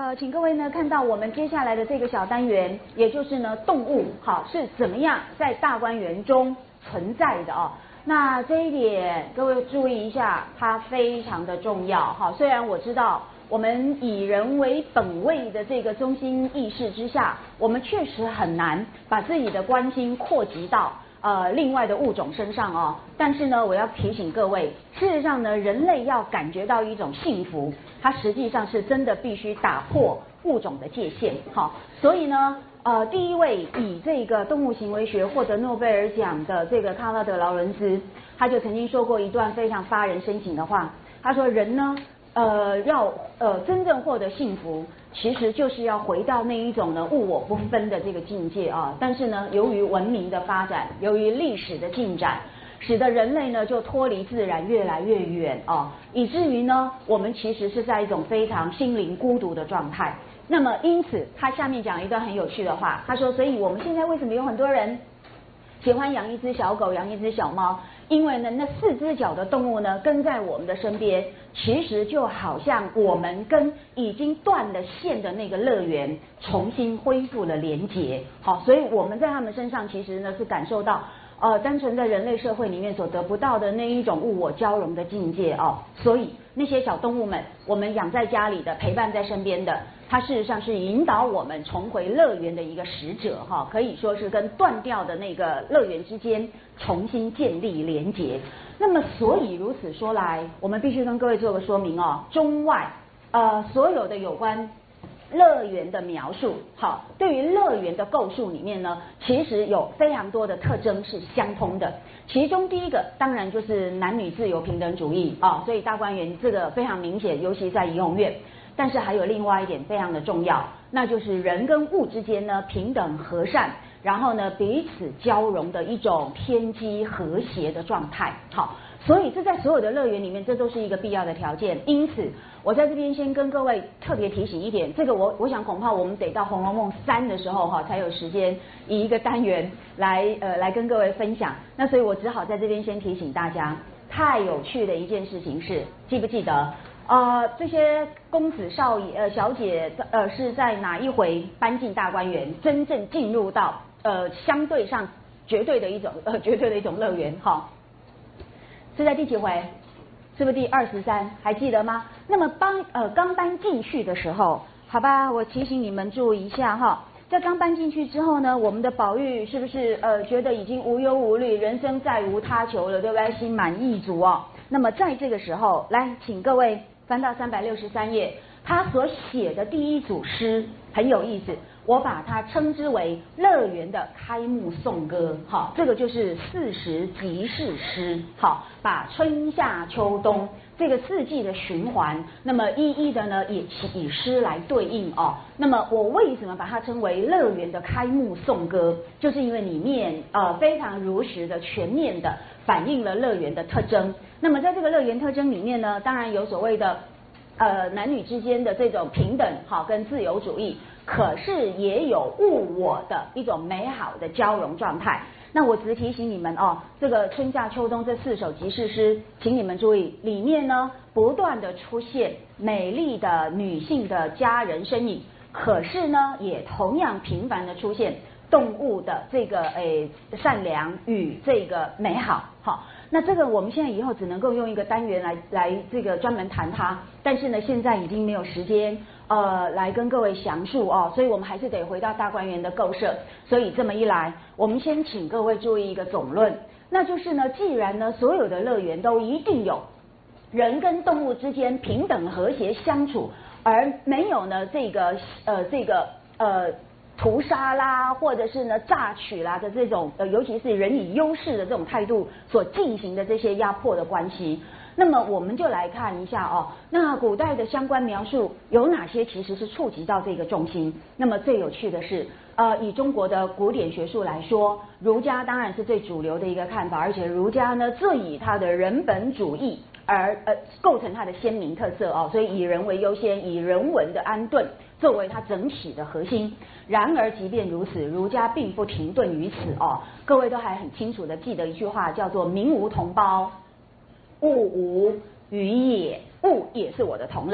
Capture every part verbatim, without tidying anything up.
呃，请各位呢看到我们接下来的这个小单元，也就是呢动物好是怎么样在大观园中存在的哦。那这一点各位注意一下，它非常的重要哈。虽然我知道我们以人为本位的这个中心意识之下，我们确实很难把自己的关心扩及到呃另外的物种身上哦。但是呢，我要提醒各位，事实上呢，人类要感觉到一种幸福，它实际上是真的必须打破物种的界限。好，所以呢。呃，第一位以这个动物行为学获得诺贝尔奖的这个康拉德劳伦斯，他就曾经说过一段非常发人深省的话。他说，人呢，呃，要呃真正获得幸福，其实就是要回到那一种呢物我不分的这个境界啊。但是呢，由于文明的发展，由于历史的进展，使得人类呢就脱离自然越来越远啊，以至于呢，我们其实是在一种非常心灵孤独的状态。那么因此他下面讲一段很有趣的话，他说，所以我们现在为什么有很多人喜欢养一只小狗，养一只小猫？因为呢，那四只脚的动物呢跟在我们的身边，其实就好像我们跟已经断了线的那个乐园重新恢复了连结。好，所以我们在他们身上其实呢是感受到呃单纯在人类社会里面所得不到的那一种物我交融的境界哦。所以那些小动物们，我们养在家里的，陪伴在身边的，它事实上是引导我们重回乐园的一个使者哈，可以说是跟断掉的那个乐园之间重新建立连结。那么所以如此说来，我们必须跟各位做个说明哦，中外呃所有的有关乐园的描述，好，对于乐园的构筑里面呢，其实有非常多的特征是相通的。其中第一个当然就是男女自由平等主义啊，所以大观园这个非常明显，尤其在怡红院。但是还有另外一点非常的重要，那就是人跟物之间呢平等和善，然后呢彼此交融的一种天机和谐的状态。好，所以这在所有的乐园里面，这都是一个必要的条件。因此，我在这边先跟各位特别提醒一点，这个我我想恐怕我们得到《红楼梦三》的时候哈，才有时间以一个单元来呃来跟各位分享。那所以我只好在这边先提醒大家，太有趣的一件事情是，记不记得？呃，这些公子少爷、呃小姐，呃是在哪一回搬进大观园，真正进入到呃相对上绝对的一种呃绝对的一种乐园哈？是在第几回？是不是第二十三？还记得吗？那么搬呃刚搬进去的时候，好吧，我提醒你们注意一下哈。在刚搬进去之后呢，我们的宝玉是不是呃觉得已经无忧无虑，人生再无他求了，对不对？心满意足哦。那么在这个时候，来，请各位翻到三百六十三页，他所写的第一组诗很有意思，我把它称之为乐园的开幕颂歌。好，这个就是四时即是诗。好，把春夏秋冬这个四季的循环，那么一一的呢也以诗来对应哦。那么我为什么把它称为乐园的开幕颂歌？就是因为里面呃非常如实的、全面的反映了乐园的特征。那么在这个乐园特征里面呢，当然有所谓的呃男女之间的这种平等好跟自由主义，可是也有物我的一种美好的交融状态。那我只提醒你们哦，这个春夏秋冬这四首即事诗，请你们注意，里面呢不断的出现美丽的女性的佳人身影，可是呢也同样频繁的出现动物的这个诶善良与这个美好。好，那这个我们现在以后只能够用一个单元来来这个专门谈它，但是呢现在已经没有时间呃来跟各位详述哦，所以我们还是得回到大观园的构设。所以这么一来，我们先请各位注意一个总论，那就是呢，既然呢所有的乐园都一定有人跟动物之间平等和谐相处，而没有呢这个呃这个呃屠杀啦，或者是呢榨取啦的这种呃，尤其是人以优势的这种态度所进行的这些压迫的关系。那么我们就来看一下哦，那古代的相关描述有哪些其实是触及到这个重心？那么最有趣的是，呃，以中国的古典学术来说，儒家当然是最主流的一个看法，而且儒家呢最以他的人本主义而呃构成它的鲜明特色哦，所以以人为优先，以人文的安顿作为它整体的核心。然而即便如此，儒家并不停顿于此哦，各位都还很清楚的记得一句话，叫做民无同胞，物无与也，物也是我的同类。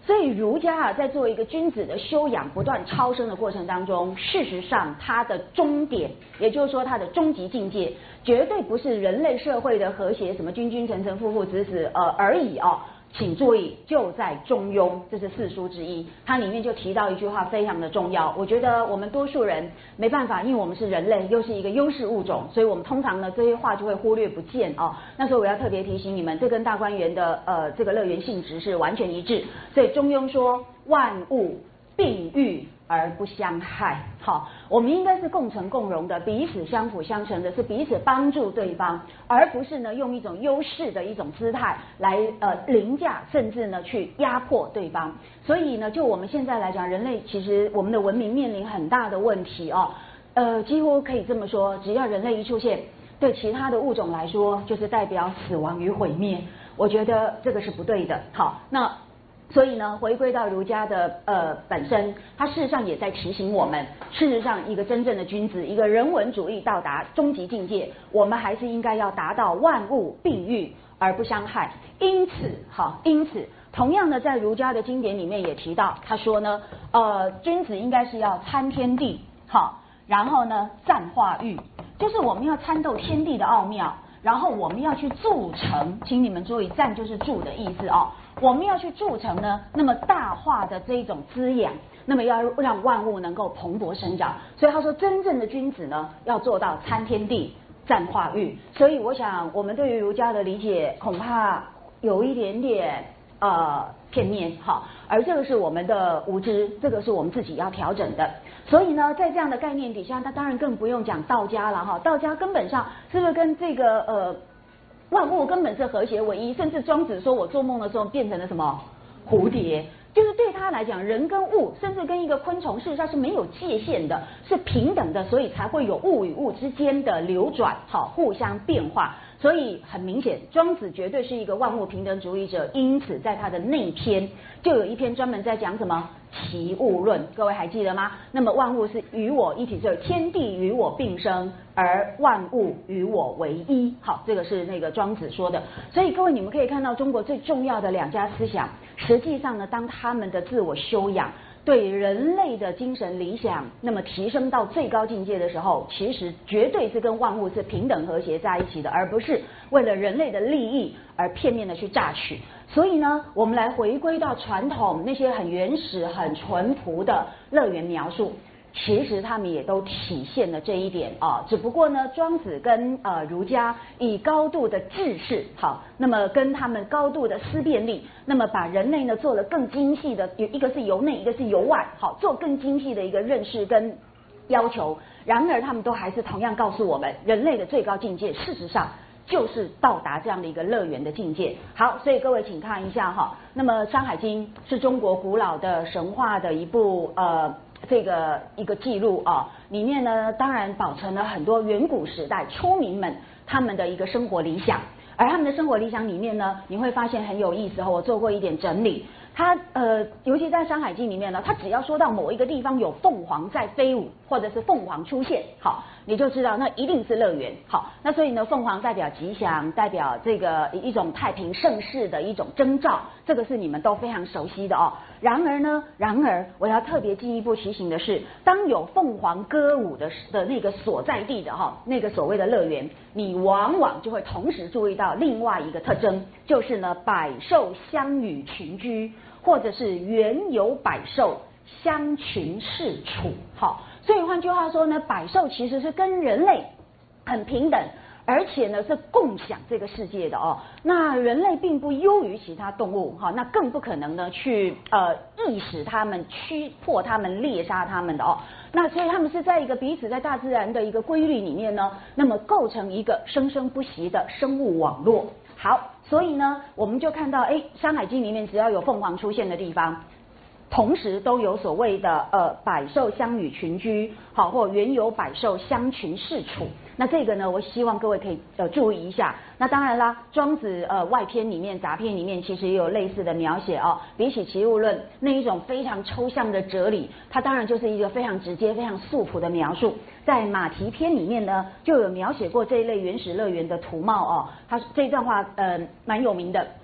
所以儒家啊，在作为一个君子的修养不断超升的过程当中，事实上它的终点，也就是说它的终极境界，绝对不是人类社会的和谐，什么君君臣臣父父子子呃而已哦。请注意，就在中庸，这是四书之一，它里面就提到一句话非常的重要。我觉得我们多数人没办法，因为我们是人类，又是一个优势物种，所以我们通常呢这些话就会忽略不见哦。那时候我要特别提醒你们，这跟大观园的呃这个乐园性质是完全一致。所以中庸说万物并育而不相害，好，我们应该是共存共荣的，彼此相辅相成的，是彼此帮助对方，而不是呢用一种优势的一种姿态来呃凌驾，甚至呢去压迫对方。所以呢，就我们现在来讲，人类其实我们的文明面临很大的问题哦，呃，几乎可以这么说，只要人类一出现，对其他的物种来说，就是代表死亡与毁灭。我觉得这个是不对的。好，那。所以呢，回归到儒家的呃本身，它事实上也在提醒我们，事实上一个真正的君子，一个人文主义到达终极境界，我们还是应该要达到万物并育而不相害。因此，好，因此，同样的在儒家的经典里面也提到，他说呢，呃，君子应该是要参天地，好，然后呢赞化育，就是我们要参透天地的奥妙。然后我们要去筑成，请你们注意，赞就是筑的意思哦。我们要去筑成呢，那么大化的这一种滋养，那么要让万物能够蓬勃生长。所以他说，真正的君子呢，要做到参天地、赞化育。所以我想，我们对于儒家的理解，恐怕有一点点呃片面哈，而这个是我们的无知，这个是我们自己要调整的。所以呢，在这样的概念底下，那当然更不用讲道家了哈。道家根本上是不是跟这个呃万物根本是和谐为一？甚至庄子说我做梦的时候变成了什么蝴蝶，就是对他来讲，人跟物，甚至跟一个昆虫，事实上是没有界限的，是平等的，所以才会有物与物之间的流转，好，互相变化。所以很明显，庄子绝对是一个万物平等主义者，因此在他的内篇就有一篇专门在讲什么齐物论，各位还记得吗？那么万物是与我一体，就是天地与我并生，而万物与我为一。好，这个是那个庄子说的。所以各位你们可以看到，中国最重要的两家思想，实际上呢，当他们的自我修养对人类的精神理想，那么提升到最高境界的时候，其实绝对是跟万物是平等和谐在一起的，而不是为了人类的利益而片面的去榨取。所以呢，我们来回归到传统那些很原始、很淳朴的乐园描述。其实他们也都体现了这一点啊，只不过呢，庄子跟呃儒家以高度的智识，好，那么跟他们高度的思辨力，那么把人类呢做了更精细的，有一个是由内，一个是由外，好，做更精细的一个认识跟要求。然而他们都还是同样告诉我们，人类的最高境界，事实上就是到达这样的一个乐园的境界。好，所以各位请看一下哈，那么《山海经》是中国古老的神话的一部呃。这个一个记录啊，里面呢当然保存了很多远古时代出民们他们的一个生活理想，而他们的生活理想里面呢，你会发现很有意思哦，我做过一点整理。它呃，尤其在《山海经》里面呢，它只要说到某一个地方有凤凰在飞舞，或者是凤凰出现，好，你就知道那一定是乐园。好，那所以呢，凤凰代表吉祥，代表这个一种太平盛世的一种征兆，这个是你们都非常熟悉的哦。然而呢，然而我要特别进一步提醒的是，当有凤凰歌舞的的那个所在地的哈，那个所谓的乐园，你往往就会同时注意到另外一个特征，就是呢，百兽相与群居。或者是原有百兽相群适处，好，所以换句话说呢，百兽其实是跟人类很平等，而且呢是共享这个世界的哦。那人类并不优于其他动物，哈，那更不可能呢去呃意使他们、驱迫他们、猎杀他们的哦。那所以他们是在一个彼此在大自然的一个规律里面呢，那么构成一个生生不息的生物网络。好，所以呢，我们就看到，哎，《山海经》里面只要有凤凰出现的地方，同时都有所谓的呃百兽相与群居，好，或原有百兽相群适处。那这个呢，我希望各位可以呃注意一下。那当然啦，庄子呃外篇里面、杂篇里面其实也有类似的描写哦。比起齐物论那一种非常抽象的哲理，它当然就是一个非常直接、非常素朴的描述。在马蹄篇里面呢，就有描写过这一类原始乐园的图貌哦。它这段话呃蛮有名的。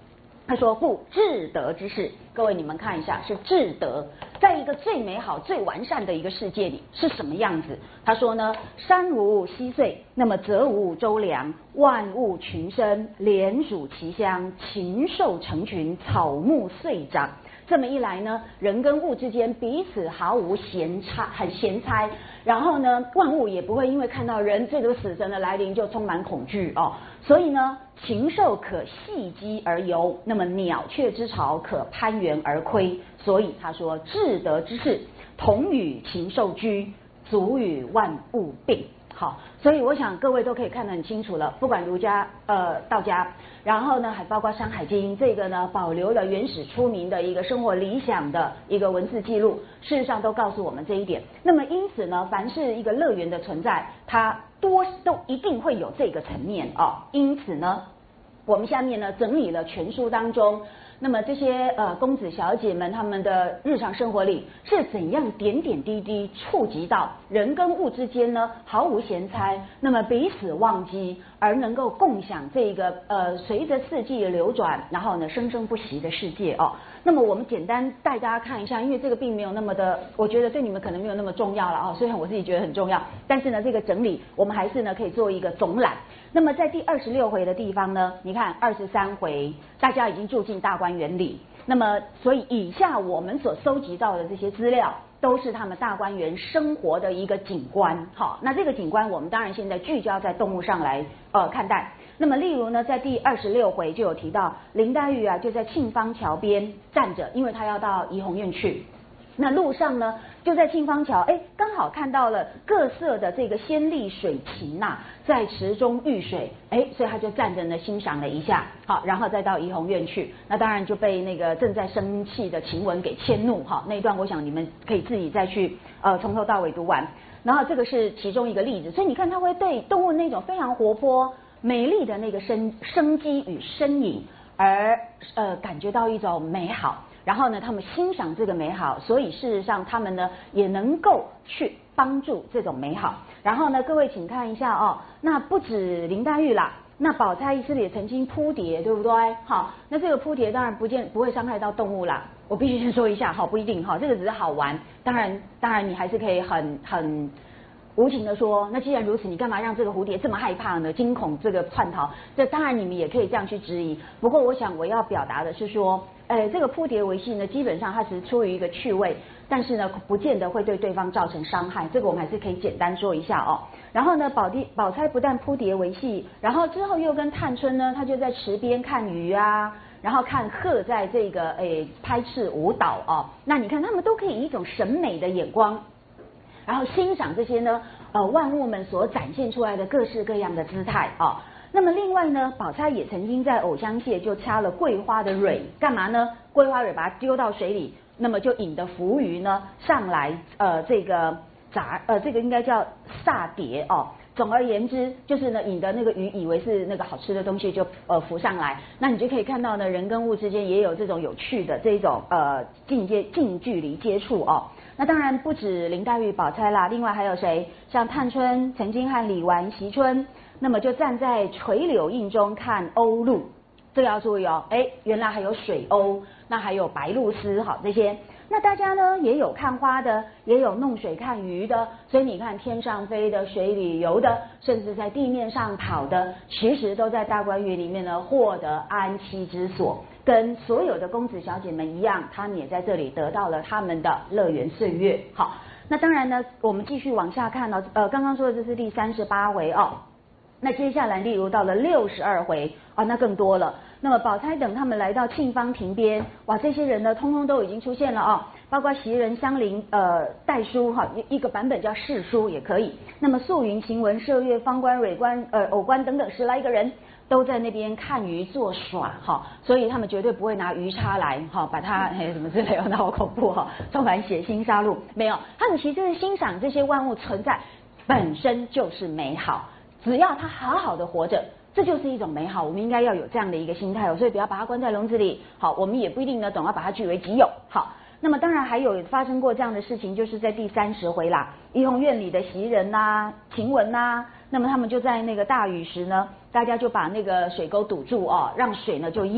他说故至德之事，各位你们看一下，是至德，在一个最美好、最完善的一个世界里是什么样子？他说呢，山无稀碎，那么泽无周梁，万物群生，莲属其乡，禽兽成群，草木遂长。这么一来呢，人跟物之间彼此毫无嫌差，很嫌猜，然后呢，万物也不会因为看到人这个死神的来临就充满恐惧哦。所以呢，禽兽可戏击而游，那么鸟雀之巢可攀援而窥。所以他说，至德之事，同与禽兽居，足与万物并。好，所以我想各位都可以看得很清楚了，不管儒家、呃道家，然后呢还包括《山海经》，这个呢保留了原始出民的一个生活理想的一个文字记录，事实上都告诉我们这一点。那么因此呢，凡是一个乐园的存在，它多都一定会有这个层面哦。因此呢，我们下面呢整理了全书当中。那么这些呃公子小姐们他们的日常生活里是怎样点点滴滴触及到人跟物之间呢毫无嫌猜，那么彼此忘机，而能够共享这个呃随着四季的流转，然后呢生生不息的世界哦。那么我们简单带大家看一下，因为这个并没有那么的，我觉得对你们可能没有那么重要了哦。虽然我自己觉得很重要，但是呢这个整理我们还是呢可以做一个总览。那么在第二十六回的地方呢，你看二十三回大家已经住进大观园里，那么所以以下我们所收集到的这些资料都是他们大观园生活的一个景观。好，那这个景观我们当然现在聚焦在动物上来呃看待。那么例如呢，在第二十六回就有提到林黛玉啊就在庆芳桥边站着，因为她要到怡红院去。那路上呢，就在庆芳桥，哎，刚好看到了各色的这个鲜丽水禽呐、啊，在池中浴水，哎，所以他就站着呢欣赏了一下，好，然后再到怡红院去。那当然就被那个正在生气的晴雯给迁怒，哈，那一段我想你们可以自己再去呃从头到尾读完。然后这个是其中一个例子，所以你看他会对动物那种非常活泼、美丽的那个生生机与身影，而呃感觉到一种美好。然后呢，他们欣赏这个美好，所以事实上他们呢也能够去帮助这种美好。然后呢，各位请看一下哦，那不止林黛玉啦，那宝钗是不是也曾经扑蝶，对不对？好，那这个扑蝶当然不见不会伤害到动物啦。我必须先说一下，好，不一定哈，这个只是好玩。当然，当然你还是可以很很无情的说，那既然如此，你干嘛让这个蝴蝶这么害怕呢？惊恐这个窜逃，这当然你们也可以这样去质疑。不过我想我要表达的是说，呃，这个扑蝶为戏呢，基本上它只是出于一个趣味，但是呢，不见得会对对方造成伤害。这个我们还是可以简单说一下哦。然后呢，宝蝶宝钗不但扑蝶为戏，然后之后又跟探春呢，她就在池边看鱼啊，然后看鹤在这个诶拍翅舞蹈哦。那你看他们都可以以一种审美的眼光，然后欣赏这些呢呃万物们所展现出来的各式各样的姿态哦。那么另外呢，宝钗也曾经在藕香榭就掐了桂花的蕊，干嘛呢？桂花蕊把它丢到水里，那么就引得浮鱼呢上来，呃，这个杂呃这个应该叫煞蝶哦。总而言之，就是呢引得那个鱼以为是那个好吃的东西就呃浮上来，那你就可以看到呢人跟物之间也有这种有趣的这种呃近接近距离接触哦。那当然不止林黛玉、宝钗啦，另外还有谁？像探春曾经和李纨、惜春。那么就站在垂柳荫中看鸥鹭，这个要注意哦。哎，原来还有水鸥，那还有白鹭鸶，好这些。那大家呢也有看花的，也有弄水看鱼的，所以你看天上飞的、水里游的，甚至在地面上跑的，其实都在大观园里面呢获得安栖之所。跟所有的公子小姐们一样，他们也在这里得到了他们的乐园岁月。好，那当然呢，我们继续往下看哦。呃，刚刚说的这是第三十八回哦。那接下来，例如到了六十二回啊，那更多了。那么宝钗等他们来到沁芳亭边，哇，这些人呢，通通都已经出现了啊，包括袭人、香菱、呃黛书哈，一一个版本叫世书也可以。那么素云、晴雯、麝月、方官、蕊官、呃藕官等等十来个人，都在那边看鱼作耍哈，所以他们绝对不会拿鱼叉来哈，把它嘿什么之类的，那好恐怖哈，充满血腥杀戮。没有，他们其实是欣赏这些万物存在本身就是美好。只要他好好的活着，这就是一种美好。我们应该要有这样的一个心态哦，所以不要把它关在笼子里。好，我们也不一定呢，总要把它据为己有。好，那么当然还有发生过这样的事情，就是在第三十回啦，怡红院里的袭人呐、啊、晴雯呐，那么他们就在那个大雨时呢，大家就把那个水沟堵住哦，让水呢就淹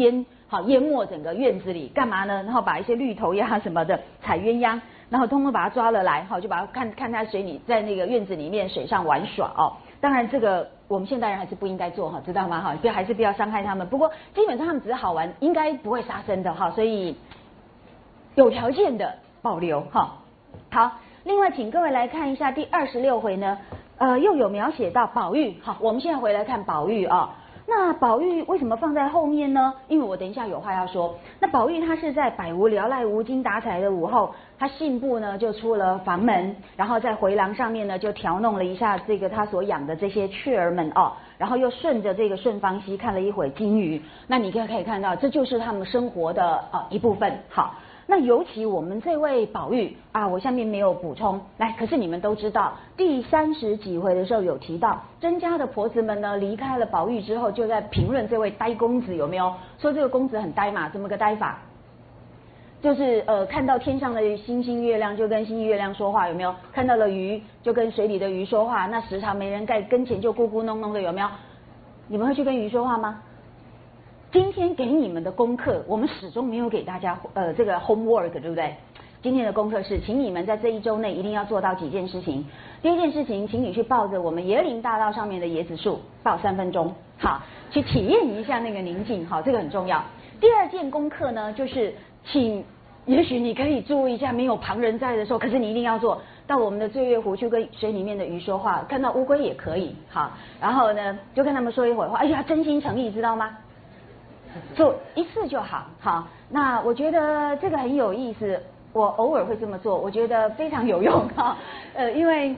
好淹没整个院子里，干嘛呢？然后把一些绿头鸭什么的采鸳鸯，然后通通把它抓了来，好就把它看看它水里在那个院子里面水上玩耍哦。当然这个我们现代人还是不应该做哈，知道吗？哈，不要还是不要伤害他们。不过基本上他们只是好玩，应该不会杀生的哈，所以有条件的保留哈。好，另外请各位来看一下第二十六回呢。呃，又有描写到宝玉，好，我们现在回来看宝玉啊。那宝玉为什么放在后面呢？因为我等一下有话要说。那宝玉他是在百无聊赖、无精打采的午后，他信步呢就出了房门，然后在回廊上面呢就调弄了一下这个他所养的这些雀儿们哦，然后又顺着这个顺芳溪看了一会金鱼。那你可以可以看到，这就是他们生活的呃一部分。好。那尤其我们这位宝玉啊，我下面没有补充，来，可是你们都知道，第三十几回的时候有提到，甄家的婆子们呢离开了宝玉之后，就在评论这位呆公子有没有？说这个公子很呆嘛，怎么个呆法？就是呃看到天上的星星月亮就跟星星月亮说话，有没有？看到了鱼就跟水里的鱼说话，那时常没人在跟前就咕咕哝哝的，有没有？你们会去跟鱼说话吗？今天给你们的功课，我们始终没有给大家呃这个 homework， 对不对？今天的功课是，请你们在这一周内一定要做到几件事情。第一件事情，请你去抱着我们椰林大道上面的椰子树抱三分钟，好，去体验一下那个宁静，好，这个很重要。第二件功课呢，就是请，也许你可以注意一下，没有旁人在的时候，可是你一定要做到我们的醉月湖去跟水里面的鱼说话，看到乌龟也可以，好，然后呢就跟他们说一会儿话，哎呀，真心诚意，知道吗？做一次就好，好，那我觉得这个很有意思，我偶尔会这么做，我觉得非常有用哈，呃，因为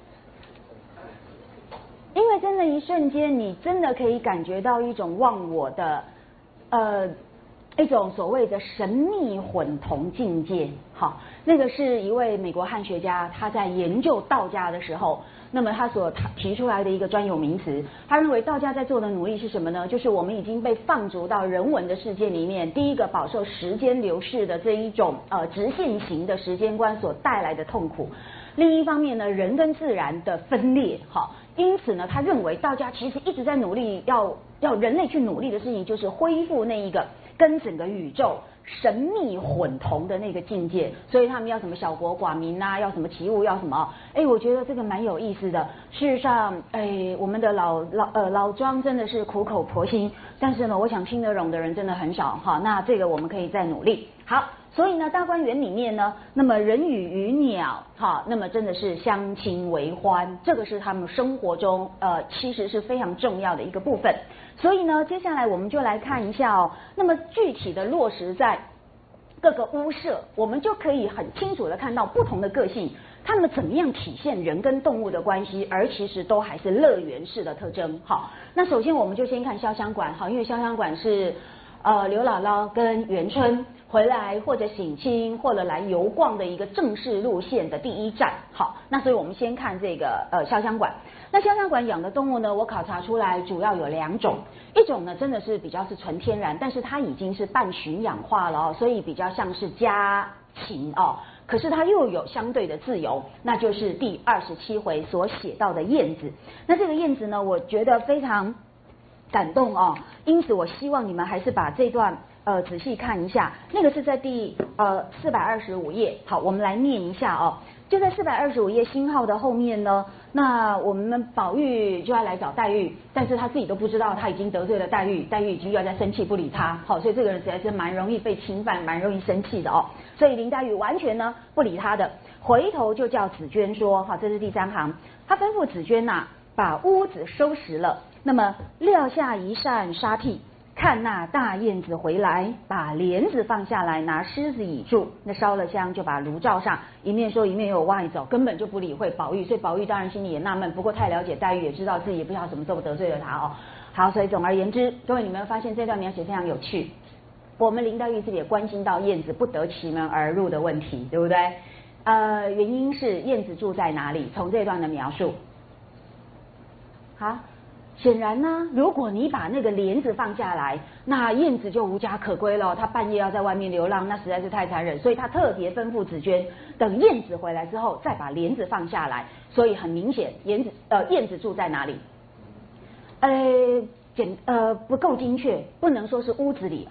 因为真的，一瞬间你真的可以感觉到一种忘我的，呃，一种所谓的神秘混同境界，好，那个是一位美国汉学家他在研究道家的时候。那么他所提出来的一个专有名词，他认为道家在做的努力是什么呢？就是我们已经被放逐到人文的世界里面，第一个饱受时间流逝的这一种呃直线型的时间观所带来的痛苦。另一方面呢，人跟自然的分裂，好，因此呢，他认为道家其实一直在努力要要人类去努力的事情，就是恢复那一个跟整个宇宙神秘混同的那个境界，所以他们要什么小国寡民啊，要什么齐物，要什么？哎，我觉得这个蛮有意思的。事实上，哎，我们的老老呃老庄真的是苦口婆心，但是呢，我想听得懂的人真的很少哈。那这个我们可以再努力。好，所以呢，大观园里面呢，那么人与鱼鸟哈，那么真的是相亲为欢，这个是他们生活中呃其实是非常重要的一个部分。所以呢，接下来我们就来看一下哦，那么具体的落实在各个屋舍，我们就可以很清楚的看到不同的个性，他们怎么样体现人跟动物的关系，而其实都还是乐园式的特征。好，那首先我们就先看潇湘馆，好，因为潇湘馆是呃刘姥姥跟元春回来或者省亲或者来游逛的一个正式路线的第一站。好，那所以我们先看这个呃潇湘馆。那潇湘馆养的动物呢，我考察出来主要有两种，一种呢真的是比较是纯天然，但是它已经是半驯养化了哦，所以比较像是家禽哦，可是它又有相对的自由，那就是第二十七回所写到的燕子。那这个燕子呢，我觉得非常感动哦，因此我希望你们还是把这段呃仔细看一下，那个是在第呃四百二十五页，好，我们来念一下哦。就在四百二十五页星号的后面呢，那我们宝玉就要来找黛玉，但是他自己都不知道他已经得罪了黛玉，黛玉已经又在生气不理他，好，所以这个人实在是蛮容易被侵犯，蛮容易生气的哦。所以林黛玉完全呢不理他的，回头就叫紫娟说，好，这是第三行，他吩咐紫娟呐、啊，把屋子收拾了，那么撂下一扇纱屉。看那大燕子回来，把帘子放下来，拿狮子倚住，那烧了香就把炉罩上，一面说一面又外走，根本就不理会宝玉，所以宝玉当然心里也纳闷，不过太了解黛玉，也知道自己也不知道什么时候得罪了他哦。好，所以总而言之，各位你们发现这段描写非常有趣，我们林黛玉自己也关心到燕子不得其门而入的问题，对不对？呃，原因是燕子住在哪里？从这段的描述，好。显然呢，如果你把那个帘子放下来，那燕子就无家可归了。它半夜要在外面流浪，那实在是太残忍。所以他特别吩咐紫娟，等燕子回来之后，再把帘子放下来。所以很明显，燕子呃燕子住在哪里？呃简呃不够精确，不能说是屋子里哦，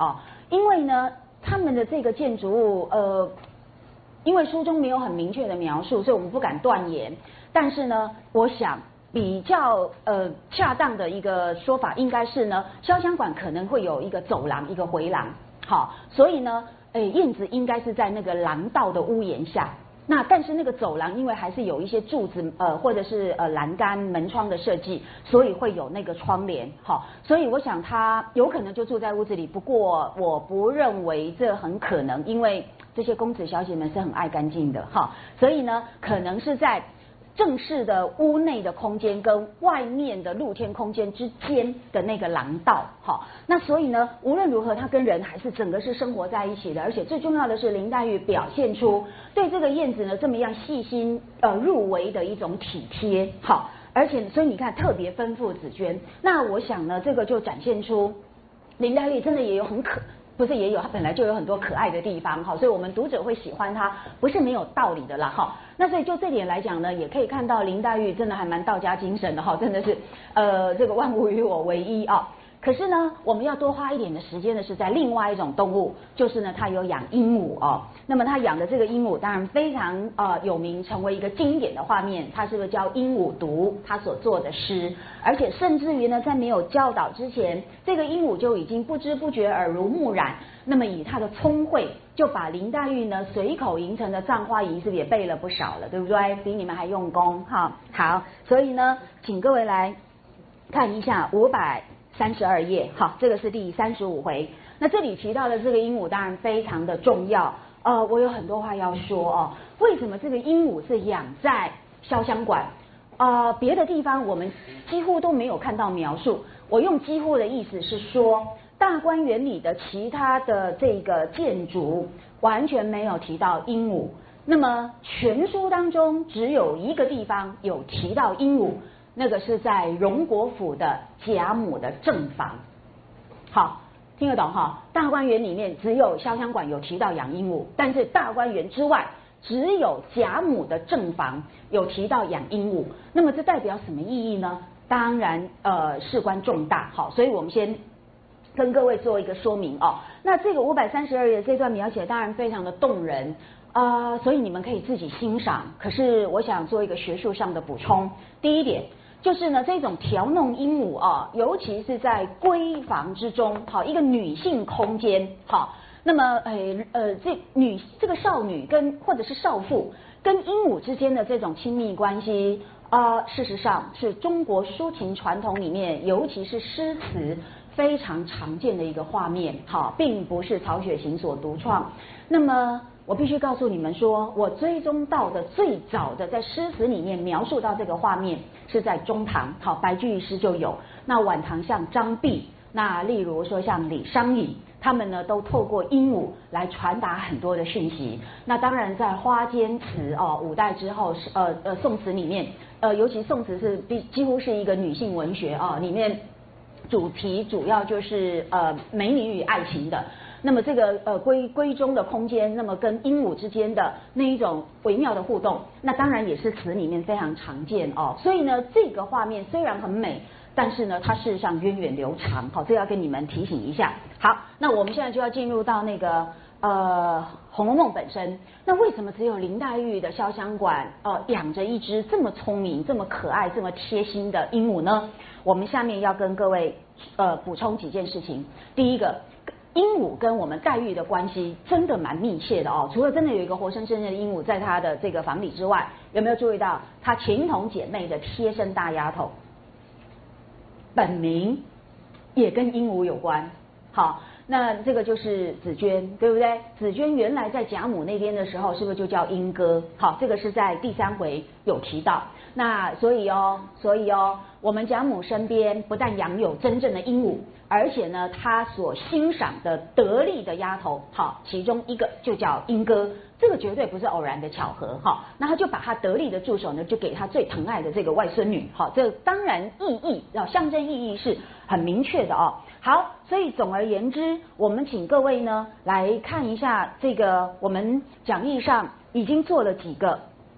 因为呢，他们的这个建筑物，呃，因为书中没有很明确的描述，所以我们不敢断言。但是呢，我想比较呃恰当的一个说法应该是呢，潇湘馆可能会有一个走廊，一个回廊，好，所以呢，诶，燕子应该是在那个廊道的屋檐下。那但是那个走廊因为还是有一些柱子呃或者是呃栏杆门窗的设计，所以会有那个窗帘，好，所以我想他有可能就住在屋子里，不过我不认为这很可能，因为这些公子小姐们是很爱干净的哈，所以呢可能是在正式的屋内的空间跟外面的露天空间之间的那个廊道，好，那所以呢，无论如何，他跟人还是整个是生活在一起的，而且最重要的是，林黛玉表现出对这个燕子呢这么样细心呃入微的一种体贴，好，而且所以你看特别吩咐紫鹃，那我想呢，这个就展现出林黛玉真的也有很可。不是也有，它本来就有很多可爱的地方哈，所以我们读者会喜欢它，不是没有道理的啦哈。那所以就这点来讲呢，也可以看到林黛玉真的还蛮道家精神的哈，真的是呃这个万物与我为一啊。可是呢，我们要多花一点的时间的是在另外一种动物，就是呢，它有养鹦鹉哦。那么它养的这个鹦鹉当然非常呃有名，成为一个经典的画面。它是不是叫鹦鹉读它所做的诗？而且甚至于呢，在没有教导之前，这个鹦鹉就已经不知不觉耳濡目染。那么以它的聪慧，就把林黛玉呢随口吟成的《葬花吟》是不是也背了不少了，对不对？比你们还用功哈。好，所以呢，请各位来看一下五百。三十二页，好，这个是第三十五回。那这里提到的这个鹦鹉当然非常的重要，呃，我有很多话要说哦。为什么这个鹦鹉是养在潇湘馆？呃，别的地方我们几乎都没有看到描述。我用几乎的意思是说，大观园里的其他的这个建筑完全没有提到鹦鹉。那么全书当中只有一个地方有提到鹦鹉。那个是在荣国府的贾母的正房，好，听得懂哈？大观园里面只有潇湘馆有提到养鹦鹉，但是大观园之外只有贾母的正房有提到养鹦鹉。那么这代表什么意义呢？当然呃事关重大，好，所以我们先跟各位做一个说明哦。那这个五百三十二页这段描写当然非常的动人。呃，所以你们可以自己欣赏。可是我想做一个学术上的补充。第一点。就是呢，这种调弄鹦鹉啊，尤其是在闺房之中，好一个女性空间，好，那么诶呃这女这个少女跟或者是少妇跟鹦鹉之间的这种亲密关系啊、呃，事实上是中国抒情传统里面，尤其是诗词非常常见的一个画面，好，并不是曹雪芹所独创。那么我必须告诉你们说，我追踪到的最早的在诗词里面描述到这个画面是在中唐，好，白居易诗就有。那晚唐像张碧，那例如说像李商隐，他们呢都透过鹦鹉来传达很多的讯息。那当然在花间词哦，五代之后是呃呃宋词里面，呃尤其宋词是几几乎是一个女性文学啊，里面主题主要就是呃美女与爱情的。那么这个呃闺闺中的空间，那么跟鹦鹉之间的那一种微妙的互动，那当然也是词里面非常常见哦。所以呢，这个画面虽然很美，但是呢，它事实上源远流长。好，这要跟你们提醒一下。好，那我们现在就要进入到那个呃《红楼梦》本身。那为什么只有林黛玉的潇湘馆呃养着一只这么聪明、这么可爱、这么贴心的鹦鹉呢？我们下面要跟各位呃补充几件事情。第一个。鹦鹉跟我们黛玉的关系真的蛮密切的哦，除了真的有一个活生生的鹦鹉在她的这个房里之外，有没有注意到她情同姐妹的贴身大丫头，本名也跟鹦鹉有关。好，那这个就是紫鹃，对不对？紫鹃原来在贾母那边的时候，是不是就叫莺歌？好，这个是在第三回有提到。那所以哦，所以哦，我们贾母身边不但养有真正的鹦鹉，而且呢，她所欣赏的得力的丫头，好，其中一个就叫莺歌，这个绝对不是偶然的巧合，哈。那他就把他得力的助手呢，就给他最疼爱的这个外孙女，好，这当然意义要象征意义是很明确的哦。好，所以总而言之，我们请各位呢来看一下这个我们讲义上已经做了几个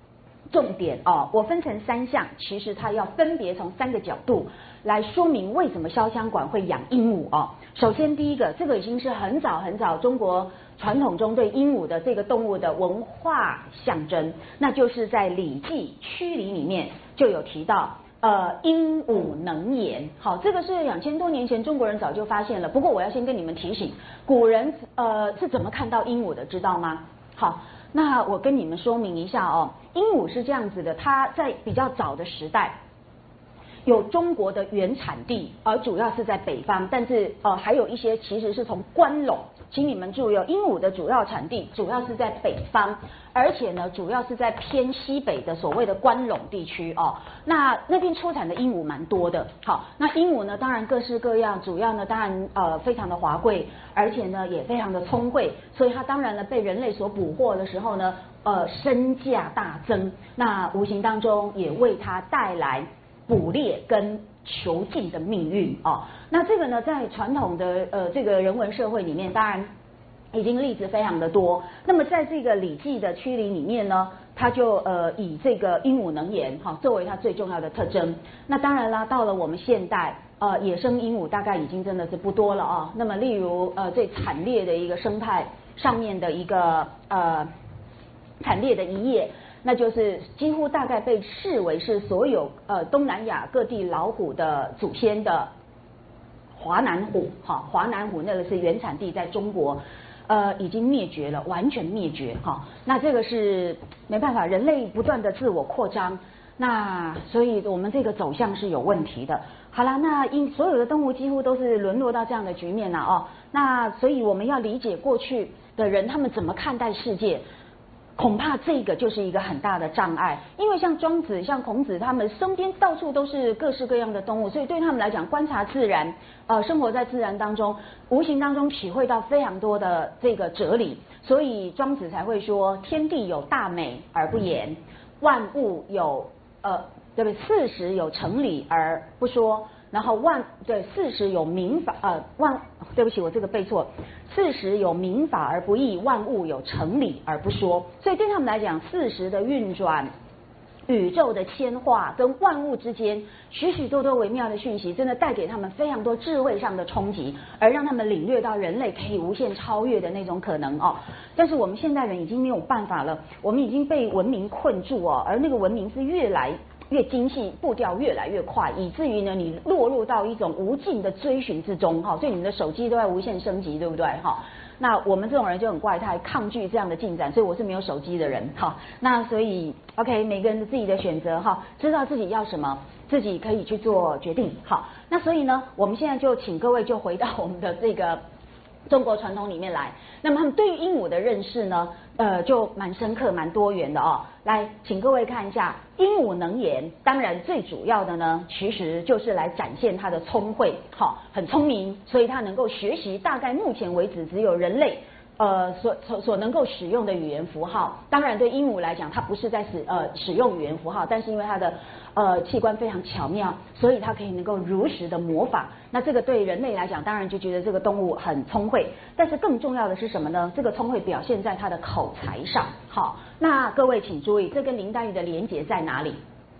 重点哦，我分成三项，其实它要分别从三个角度来说明为什么潇湘馆会养鹦鹉哦。首先第一个，这个已经是很早很早中国传统中对鹦鹉的这个动物的文化象征，那就是在《礼记·曲礼》里面就有提到。呃，鹦鹉能言，好，这个是两千多年前中国人早就发现了。不过我要先跟你们提醒，古人呃是怎么看到鹦鹉的，知道吗？好，那我跟你们说明一下哦，鹦鹉是这样子的，它在比较早的时代。有中国的原产地，而主要是在北方，但是呃还有一些其实是从关陇，请你们注意哦，鹦鹉的主要产地主要是在北方，而且呢主要是在偏西北的所谓的关陇地区哦，那那边出产的鹦鹉蛮多的。好，那鹦鹉呢当然各式各样，主要呢当然呃非常的华贵，而且呢也非常的聪慧，所以它当然呢被人类所捕获的时候呢，呃身价大增，那无形当中也为它带来捕猎跟囚禁的命运哦，那这个呢，在传统的呃这个人文社会里面，当然已经例子非常的多。那么在这个《礼记》的曲礼里面呢，它就呃以这个鹦鹉能言哈、哦、作为它最重要的特征。那当然啦，到了我们现代，呃野生鹦鹉大概已经真的是不多了啊、哦。那么例如呃最惨烈的一个生态上面的一个呃惨烈的一页。那就是几乎大概被视为是所有呃东南亚各地老虎的祖先的华南虎，哈，华南虎那个是原产地在中国，呃，已经灭绝了，完全灭绝，哈。那这个是没办法，人类不断的自我扩张，那所以我们这个走向是有问题的。好了，那因所有的动物几乎都是沦落到这样的局面了哦。那所以我们要理解过去的人他们怎么看待世界。恐怕这个就是一个很大的障碍，因为像庄子、像孔子，他们身边到处都是各式各样的动物，所以对他们来讲，观察自然，呃，生活在自然当中，无形当中体会到非常多的这个哲理，所以庄子才会说：天地有大美而不言，万物有呃，对不对？四时有成理而不说。然后万对四时有民法呃万对不起我这个背错，四时有民法而不议，万物有成理而不说。所以对他们来讲，四时的运转、宇宙的牵化跟万物之间许许多多微妙的讯息，真的带给他们非常多智慧上的冲击，而让他们领略到人类可以无限超越的那种可能哦。但是我们现代人已经没有办法了，我们已经被文明困住哦，而那个文明是越来越精细，步调越来越快，以至于呢，你落入到一种无尽的追寻之中，哈，所以你们的手机都在无限升级，对不对，哈？那我们这种人就很怪胎，抗拒这样的进展，所以我是没有手机的人，哈。那所以 ，OK， 每个人的自己的选择，哈，知道自己要什么，自己可以去做决定，好。那所以呢，我们现在就请各位就回到我们的这个中国传统里面来。那么他们对于鹦鹉的认识呢，呃，就蛮深刻、蛮多元的哦。来，请各位看一下，鹦鹉能言，当然最主要的呢，其实就是来展现它的聪慧，好，很聪明，所以它能够学习大概目前为止只有人类呃所所所能够使用的语言符号。当然，对鹦鹉来讲，它不是在使呃使用语言符号，但是因为它的呃器官非常巧妙，所以它可以能够如实的模仿。那这个对人类来讲，当然就觉得这个动物很聪慧。但是更重要的是什么呢？这个聪慧表现在它的口才上。好，那各位请注意，这跟林黛玉的连结在哪里？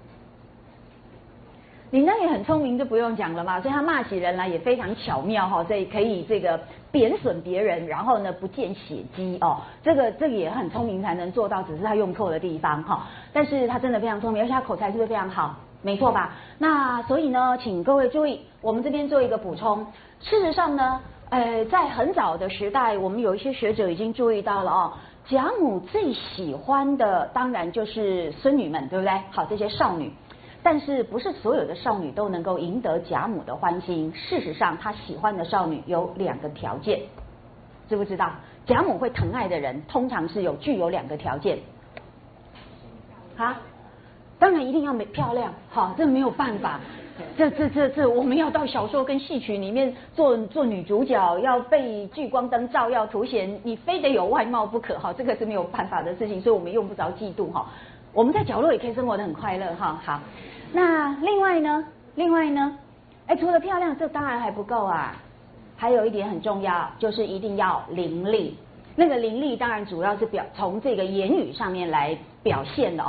林黛玉很聪明，就不用讲了嘛，所以她骂起人来也非常巧妙哈，所以可以这个贬损别人，然后呢不见血迹哦，这个这个也很聪明才能做到，只是她用错的地方哈。但是她真的非常聪明，而且她口才是不是非常好？没错吧？那所以呢，请各位注意，我们这边做一个补充。事实上呢，呃，在很早的时代，我们有一些学者已经注意到了哦，贾母最喜欢的当然就是孙女们，对不对？好，这些少女。但是不是所有的少女都能够赢得贾母的欢心？事实上，她喜欢的少女有两个条件，知不知道？贾母会疼爱的人，通常是有具有两个条件。啊，当然一定要美漂亮，好，这没有办法。这这这这，我们要到小说跟戏曲里面做做女主角，要被聚光灯照耀凸显，你非得有外貌不可，哈，这个是没有办法的事情，所以我们用不着嫉妒，哈。我们在角落也可以生活得很快乐，哈。好，那另外呢，另外呢，哎，除了漂亮，这当然还不够啊，还有一点很重要，就是一定要伶俐。那个伶俐当然主要是表从这个言语上面来表现的哦。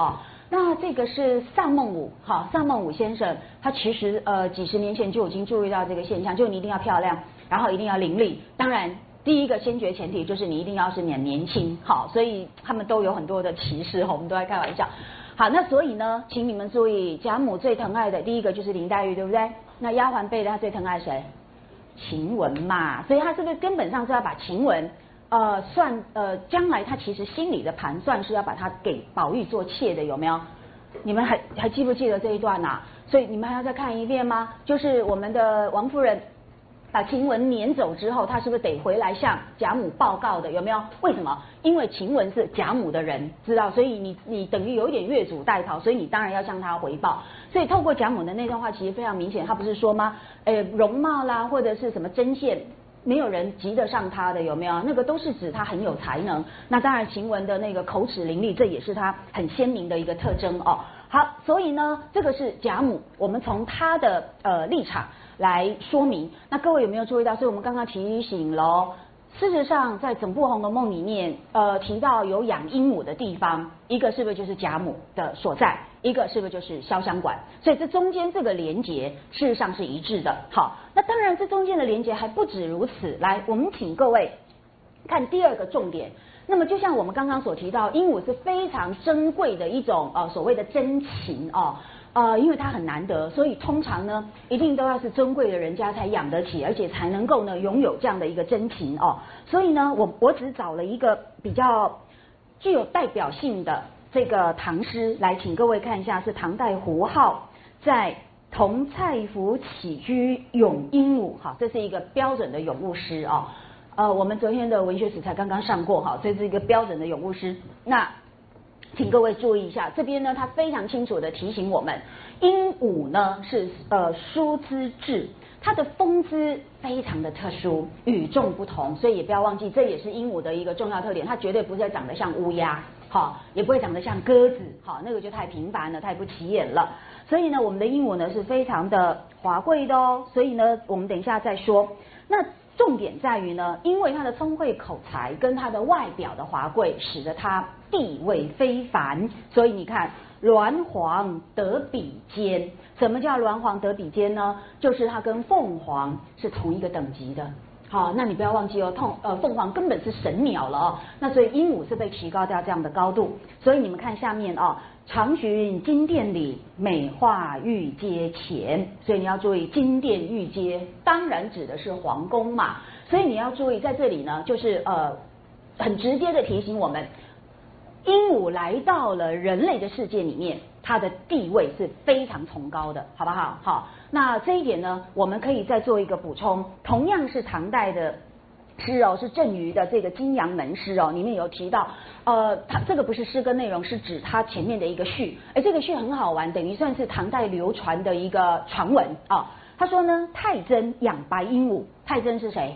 那这个是萨孟武，好，萨孟武先生，他其实呃几十年前就已经注意到这个现象，就你一定要漂亮，然后一定要伶俐，当然第一个先决前提就是你一定要是年年轻，好，所以他们都有很多的歧视，我们都在开玩笑。好，那所以呢，请你们注意，贾母最疼爱的第一个就是林黛玉，对不对？那丫鬟辈的她最疼爱谁？晴雯嘛，所以她是不是根本上是要把晴雯呃算呃将来她其实心里的盘算是要把她给宝玉做妾的，有没有？你们还还记不记得这一段啊？所以你们还要再看一遍吗？就是我们的王夫人把晴雯撵走之后，她是不是得回来向贾母报告的？有没有？为什么？因为晴雯是贾母的人，知道，所以你你等于有一点越俎代庖，所以你当然要向她回报。所以透过贾母的那段话，其实非常明显，她不是说吗？呃，容貌啦，或者是什么针线，没有人及得上她的，有没有？那个都是指她很有才能。那当然，晴雯的那个口齿伶俐，这也是她很鲜明的一个特征哦。好，所以呢，这个是贾母，我们从她的呃立场来说明。那各位有没有注意到？所以我们刚刚提醒喽。事实上，在整部《红楼梦》里面，呃，提到有养鹦鹉的地方，一个是不是就是贾母的所在，一个是不是就是潇湘馆？所以这中间这个连结，事实上是一致的。好，那当然这中间的连结还不止如此。来，我们请各位看第二个重点。那么就像我们刚刚所提到，鹦鹉是非常珍贵的一种呃所谓的珍禽哦。呃，因为它很难得，所以通常呢，一定都要是尊贵的人家才养得起，而且才能够呢拥有这样的一个珍禽哦。所以呢，我我只找了一个比较具有代表性的这个唐诗来，请各位看一下，是唐代胡浩在《同蔡府起居咏鹦鹉》哈，这是一个标准的咏物诗哦。呃，我们昨天的文学史才刚刚上过哈，这是一个标准的咏物诗。那请各位注意一下，这边呢，它非常清楚的提醒我们，鹦鹉呢是呃疏姿质，它的风姿非常的特殊，与众不同，所以也不要忘记，这也是鹦鹉的一个重要特点，它绝对不是长得像乌鸦，好，也不会长得像鸽子，好，那个就太平凡了，太不起眼了。所以呢，我们的鹦鹉呢是非常的华贵的哦，所以呢，我们等一下再说。那重点在于呢，因为它的聪慧口才跟它的外表的华贵，使得它地位非凡。所以你看，鸾凰得比肩。什么叫鸾凰得比肩呢？就是它跟凤凰是同一个等级的。好，那你不要忘记哦，凤呃凤凰根本是神鸟了哦。那所以鹦鹉是被提高到这样的高度。所以你们看下面哦，常寻金殿里，美画玉阶前。所以你要注意，金殿玉阶当然指的是皇宫嘛。所以你要注意，在这里呢，就是呃很直接的提醒我们，鹦鹉来到了人类的世界里面，它的地位是非常崇高的，好不好？好，那这一点呢，我们可以再做一个补充。同样是唐代的诗哦，是郑瑜的这个《金阳门诗》哦，里面有提到，呃，它这个不是诗歌内容，是指它前面的一个序。哎，这个序很好玩，等于算是唐代流传的一个传闻啊、哦。他说呢，太真养白鹦鹉，太真是谁？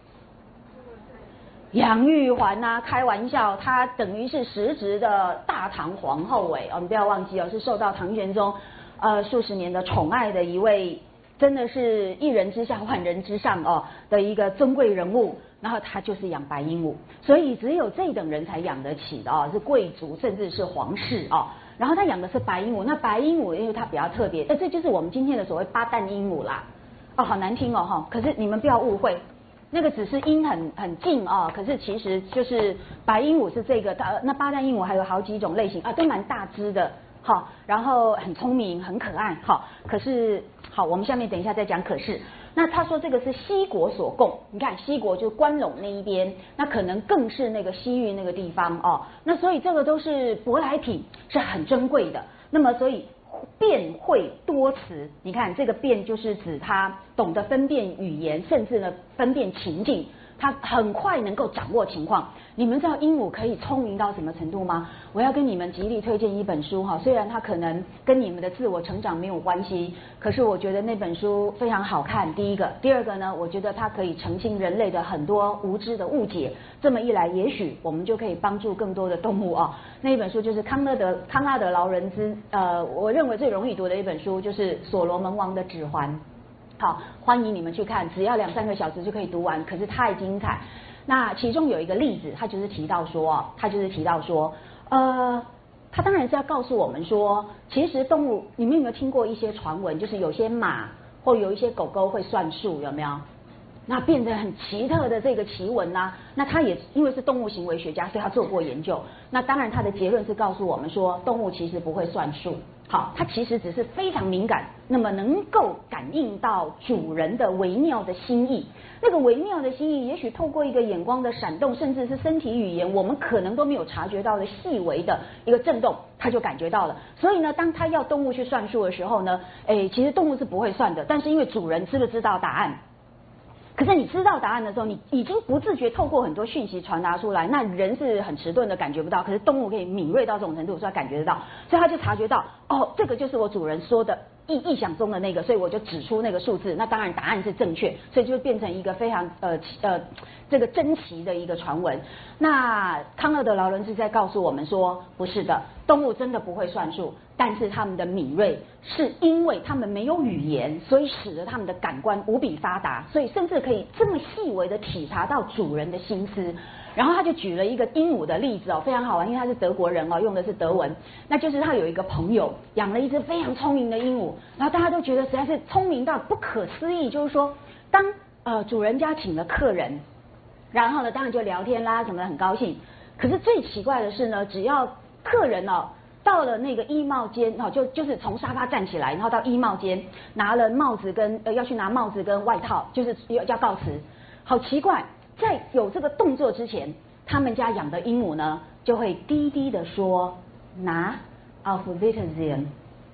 杨玉环呐、啊，开玩笑，她等于是实质的大唐皇后哎，哦，你不要忘记哦，是受到唐玄宗呃数十年的宠爱的一位，真的是一人之下万人之上哦的一个尊贵人物。然后她就是养白鹦鹉，所以只有这等人才养得起的哦，是贵族甚至是皇室哦。然后他养的是白鹦鹉，那白鹦鹉因为它比较特别，那这就是我们今天的所谓八蛋鹦鹉啦。哦，好难听哦哈，可是你们不要误会。那个只是音很很近啊、哦，可是其实就是白鹦鹉是这个，它那八蛋鹦鹉还有好几种类型啊，都蛮大只的，好，然后很聪明很可爱，好，可是好，我们下面等一下再讲。可是那他说这个是西国所供，你看西国就是关陇那一边，那可能更是那个西域那个地方哦，那所以这个都是舶来品，是很珍贵的。那么所以辩会多词，你看这个辩就是指他懂得分辨语言，甚至呢分辨情境，他很快能够掌握情况。你们知道鹦鹉可以聪明到什么程度吗？我要跟你们极力推荐一本书哈，虽然它可能跟你们的自我成长没有关系，可是我觉得那本书非常好看。第一个，第二个呢，我觉得它可以澄清人类的很多无知的误解。这么一来，也许我们就可以帮助更多的动物啊。那一本书就是康乐德康拉德劳伦兹，呃，我认为最容易读的一本书就是《所罗门王的指环》。好，欢迎你们去看，只要两三个小时就可以读完，可是太精彩。那其中有一个例子，他就是提到说，他就是提到说，呃， 它当然是要告诉我们说，其实动物，你们有没有听过一些传闻，就是有些马或有一些狗狗会算数，有没有？那变得很奇特的这个奇闻呐、啊，那他也因为是动物行为学家，所以他做过研究。那当然他的结论是告诉我们说，动物其实不会算数，好，它其实只是非常敏感，那么能够感应到主人的微妙的心意。那个微妙的心意，也许透过一个眼光的闪动，甚至是身体语言，我们可能都没有察觉到的细微的一个震动，他就感觉到了。所以呢，当他要动物去算数的时候呢，哎，其实动物是不会算的，但是因为主人知不知道答案？可是你知道答案的时候，你已经不自觉透过很多讯息传达出来，那人是很迟钝的，感觉不到。可是动物可以敏锐到这种程度，所以他感觉得到，所以他就察觉到，哦，这个就是我主人说的意意想中的那个，所以我就指出那个数字。那当然答案是正确，所以就变成一个非常呃呃这个珍奇的一个传闻。那康乐的劳伦兹在告诉我们说，不是的，动物真的不会算数，但是他们的敏锐是因为他们没有语言，所以使得他们的感官无比发达，所以甚至可以这么细微的体察到主人的心思。然后他就举了一个鹦鹉的例子哦，非常好玩，因为他是德国人哦，用的是德文。那就是他有一个朋友养了一只非常聪明的鹦鹉，然后大家都觉得实在是聪明到不可思议，就是说，当呃主人家请了客人，然后呢，当然就聊天啦，什么的很高兴。可是最奇怪的是呢，只要客人哦到了那个衣帽间哦，就就是从沙发站起来，然后到衣帽间拿了帽子跟呃要去拿帽子跟外套，就是要要告辞。好奇怪，在有这个动作之前，他们家养的鹦鹉呢就会低低的说拿 auf Wiedersehen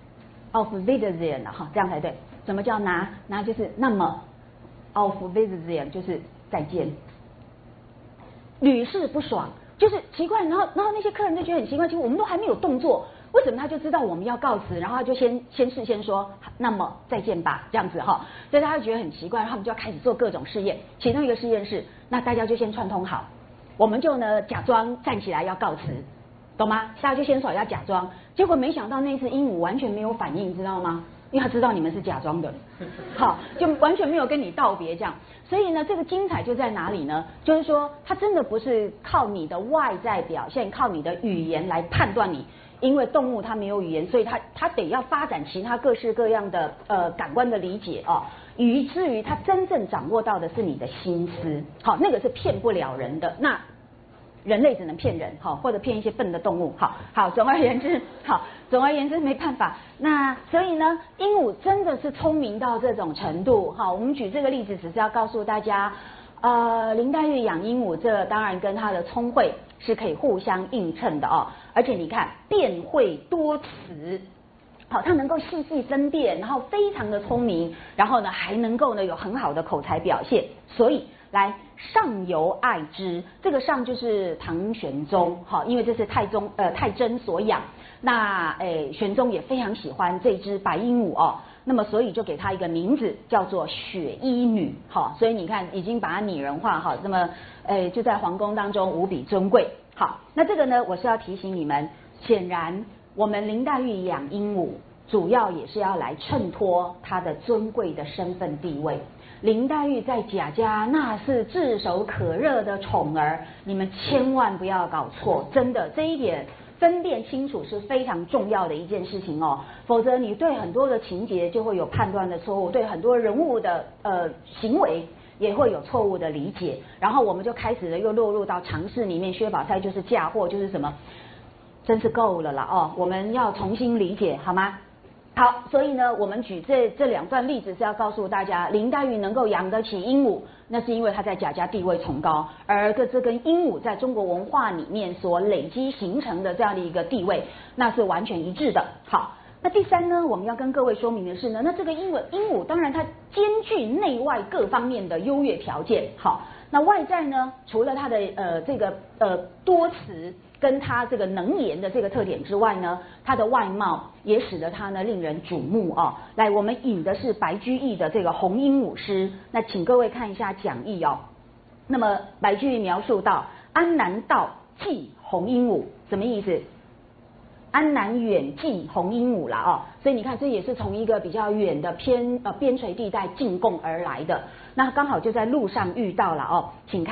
auf Wiedersehen 哈，这样才对。什么叫拿？拿就是那么 auf Wiedersehen 就是再见。屡试不爽，就是奇怪，然后然后那些客人就觉得很奇怪，其实我们都还没有动作，为什么他就知道我们要告辞，然后他就先先事先说那么再见吧这样子哈，所以大家就觉得很奇怪，然后他们就要开始做各种试验，其中一个试验是，那大家就先串通好，我们就呢假装站起来要告辞，懂吗？大家就先说要假装，结果没想到那只鹦鹉完全没有反应，知道吗？因为他知道你们是假装的，好，就完全没有跟你道别这样。所以呢，这个精彩就在哪里呢？就是说，它真的不是靠你的外在表现，靠你的语言来判断你。因为动物它没有语言，所以它它得要发展其他各式各样的呃感官的理解哦，以至于它真正掌握到的是你的心思。好，那个是骗不了人的。那人类只能骗人，好，或者骗一些笨的动物，好好。总而言之，好，总而言之没办法。那所以呢，鹦鹉真的是聪明到这种程度，好，我们举这个例子只是要告诉大家，呃，林黛玉养鹦鹉，这当然跟她的聪慧是可以互相映衬的哦。而且你看，辩会多词。好，他能够细细分辨，然后非常的聪明，然后呢还能够呢有很好的口才表现，所以来上尤爱之，这个上就是唐玄宗，好，因为这是太宗呃太真所养，那诶玄宗也非常喜欢这只白鹦鹉哦，那么所以就给它一个名字叫做雪衣女，好，所以你看已经把它拟人化哈，那么诶就在皇宫当中无比尊贵，好，那这个呢我是要提醒你们，显然。我们林黛玉养鹦鹉，主要也是要来衬托她的尊贵的身份地位。林黛玉在贾家那是炙手可热的宠儿，你们千万不要搞错，真的这一点分辨清楚是非常重要的一件事情哦。否则你对很多的情节就会有判断的错误，对很多人物的呃行为。也会有错误的理解，然后我们就开始了又落入到常识里面，薛宝钗就是嫁祸，就是什么，真是够了啦哦！我们要重新理解好吗？好，所以呢，我们举这这两段例子是要告诉大家，林黛玉能够养得起鹦鹉，那是因为她在贾家地位崇高，而这跟鹦鹉在中国文化里面所累积形成的这样的一个地位，那是完全一致的。好。那第三呢，我们要跟各位说明的是呢，那这个鹦鹉鹦鹉当然它兼具内外各方面的优越条件。好，那外在呢，除了它的呃这个呃多词跟它这个能言的这个特点之外呢，它的外貌也使得它呢令人瞩目哦。来，我们引的是白居易的这个《红鹦鹉诗》，那请各位看一下讲义哦。那么白居易描述到安南道寄红鹦鹉，什么意思？安南远寄红鹦鹉啦哦，所以你看这也是从一个比较远的偏呃边陲地带进贡而来的，那刚好就在路上遇到了哦，请看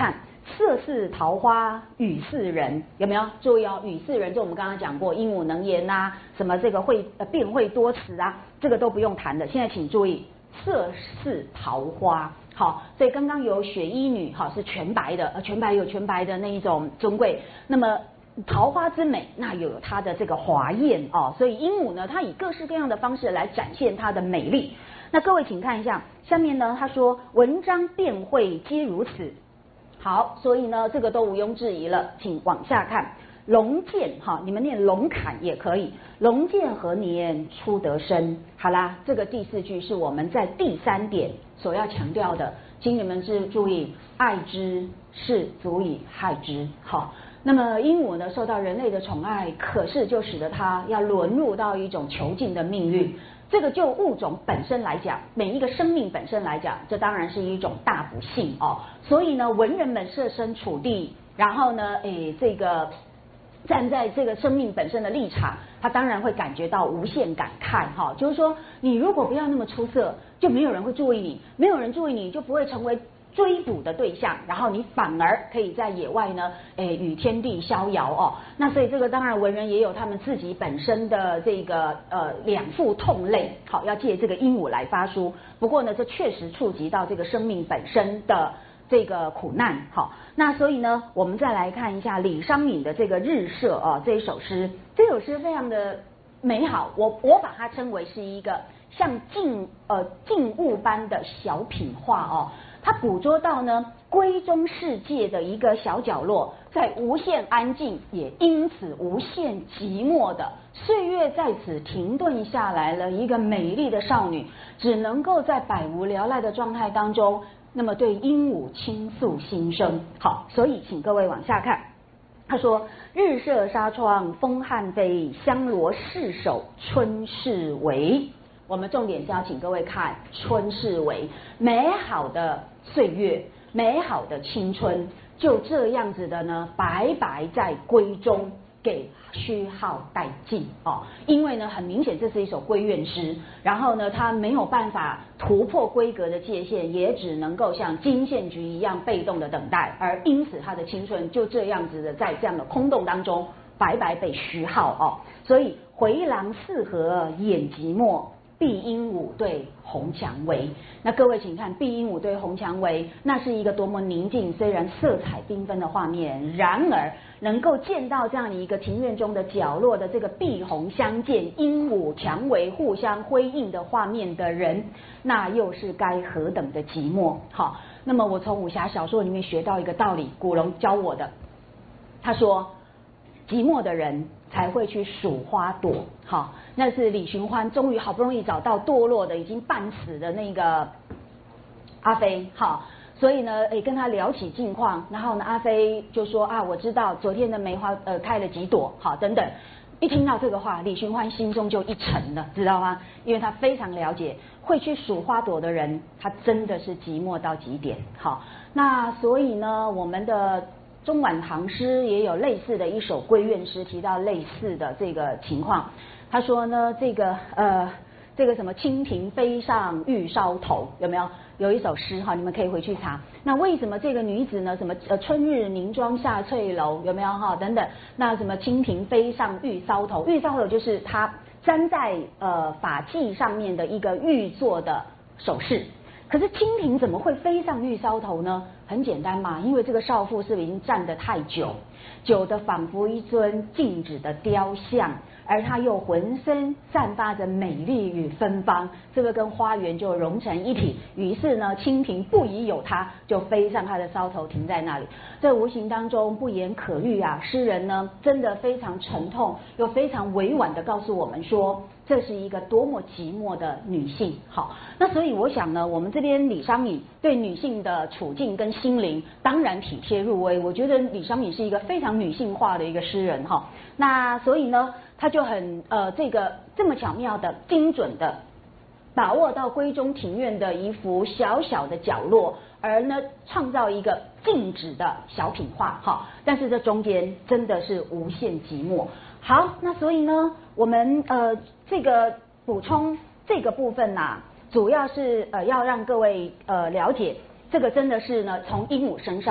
色似桃花，语似人，有没有注意哦？语似人就我们刚刚讲过，鹦鹉能言呐、啊，什么这个会呃辩会多词啊，这个都不用谈的。现在请注意，色似桃花，好，所以刚刚有雪衣女，好是全白的，呃全白有全白的那一种尊贵，那么桃花之美，那有它的这个华艳哦，所以鹦鹉呢，它以各式各样的方式来展现它的美丽。那各位请看一下，下面呢，他说文章辩会皆如此。好，所以呢，这个都毋庸置疑了，请往下看。龙剑哈，你们念龙坎也可以。龙剑何年出得生？好啦，这个第四句是我们在第三点所要强调的，请你们是注意，爱之是足以害之。好，那么鹦鹉呢，受到人类的宠爱，可是就使得它要沦入到一种囚禁的命运。这个就物种本身来讲，每一个生命本身来讲，这当然是一种大不幸哦。所以呢，文人们设身处地，然后呢，诶，这个站在这个生命本身的立场，他当然会感觉到无限感慨哈。就是说，你如果不要那么出色，就没有人会注意你，没有人注意你，就不会成为追捕的对象，然后你反而可以在野外呢，诶，与天地逍遥哦。那所以这个当然文人也有他们自己本身的这个呃两副痛泪，好，要借这个鹦鹉来发书。不过呢，这确实触及到这个生命本身的这个苦难，好。那所以呢，我们再来看一下李商隐的这个《日射》啊这一首诗，这首诗非常的美好，我我把它称为是一个像静呃静物般的小品画哦。它捕捉到呢闺中世界的一个小角落，在无限安静，也因此无限寂寞的岁月在此停顿下来了。一个美丽的少女，只能够在百无聊赖的状态当中，那么对鹦鹉倾诉心声。好，所以请各位往下看。他说：“日射纱窗风汉飞，香罗市首春事为。”我们重点是要请各位看春事为，美好的岁月，美好的青春，就这样子的呢，白白在闺中给虚耗殆尽哦。因为呢，很明显这是一首闺怨诗，然后呢，它没有办法突破闺阁的界限，也只能够像金线菊一样被动的等待，而因此她的青春就这样子的在这样的空洞当中白白被虚耗哦。所以回廊四合掩寂寞，碧鹦鹉对红蔷薇。那各位请看，碧鹦鹉对红蔷薇，那是一个多么宁静，虽然色彩缤纷的画面，然而能够见到这样一个庭院中的角落的这个碧红相间，鹦鹉蔷薇互相辉映的画面的人，那又是该何等的寂寞。好，那么我从武侠小说里面学到一个道理，古龙教我的，他说寂寞的人才会去数花朵。好，那是李寻欢终于好不容易找到堕落的已经半死的那个阿飞。好，所以呢，诶，跟他聊起近况，然后呢，阿飞就说啊，我知道昨天的梅花呃开了几朵，好，等等。一听到这个话，李寻欢心中就一沉了，知道吗？因为他非常了解会去数花朵的人，他真的是寂寞到极点。好，那所以呢，我们的中晚唐诗也有类似的一首闺怨诗，提到类似的这个情况。他说呢，这个呃，这个什么蜻蜓飞上玉梢头，有没有？有一首诗哈，你们可以回去查。那为什么这个女子呢？什么呃，春日凝妆下翠楼，有没有哈？等等。那什么蜻蜓飞上玉梢头？玉梢头就是她粘在呃发髻上面的一个玉做的首饰。可是蜻蜓怎么会飞上玉梢头呢？很简单嘛，因为这个少妇是不是已经站得太久，久得仿佛一尊静止的雕像，而她又浑身散发着美丽与芬芳，这个跟花园就融成一体。于是呢，蜻蜓不疑有他，就飞上她的梢头，停在那里。这无形当中不言可喻啊！诗人呢，真的非常沉痛，又非常委婉的告诉我们说，这是一个多么寂寞的女性。好，那所以我想呢，我们这边李商隐对女性的处境跟心灵当然体贴入微。我觉得李商隐是一个非常女性化的一个诗人哈。那所以呢，他就很呃这个这么巧妙的、精准的把握到闺中庭院的一幅小小的角落，而呢创造一个静止的小品画哈。但是这中间真的是无限寂寞。好，那所以呢，我们呃这个补充这个部分呐、啊，主要是呃要让各位呃了解，这个真的是呢从鹦鹉身上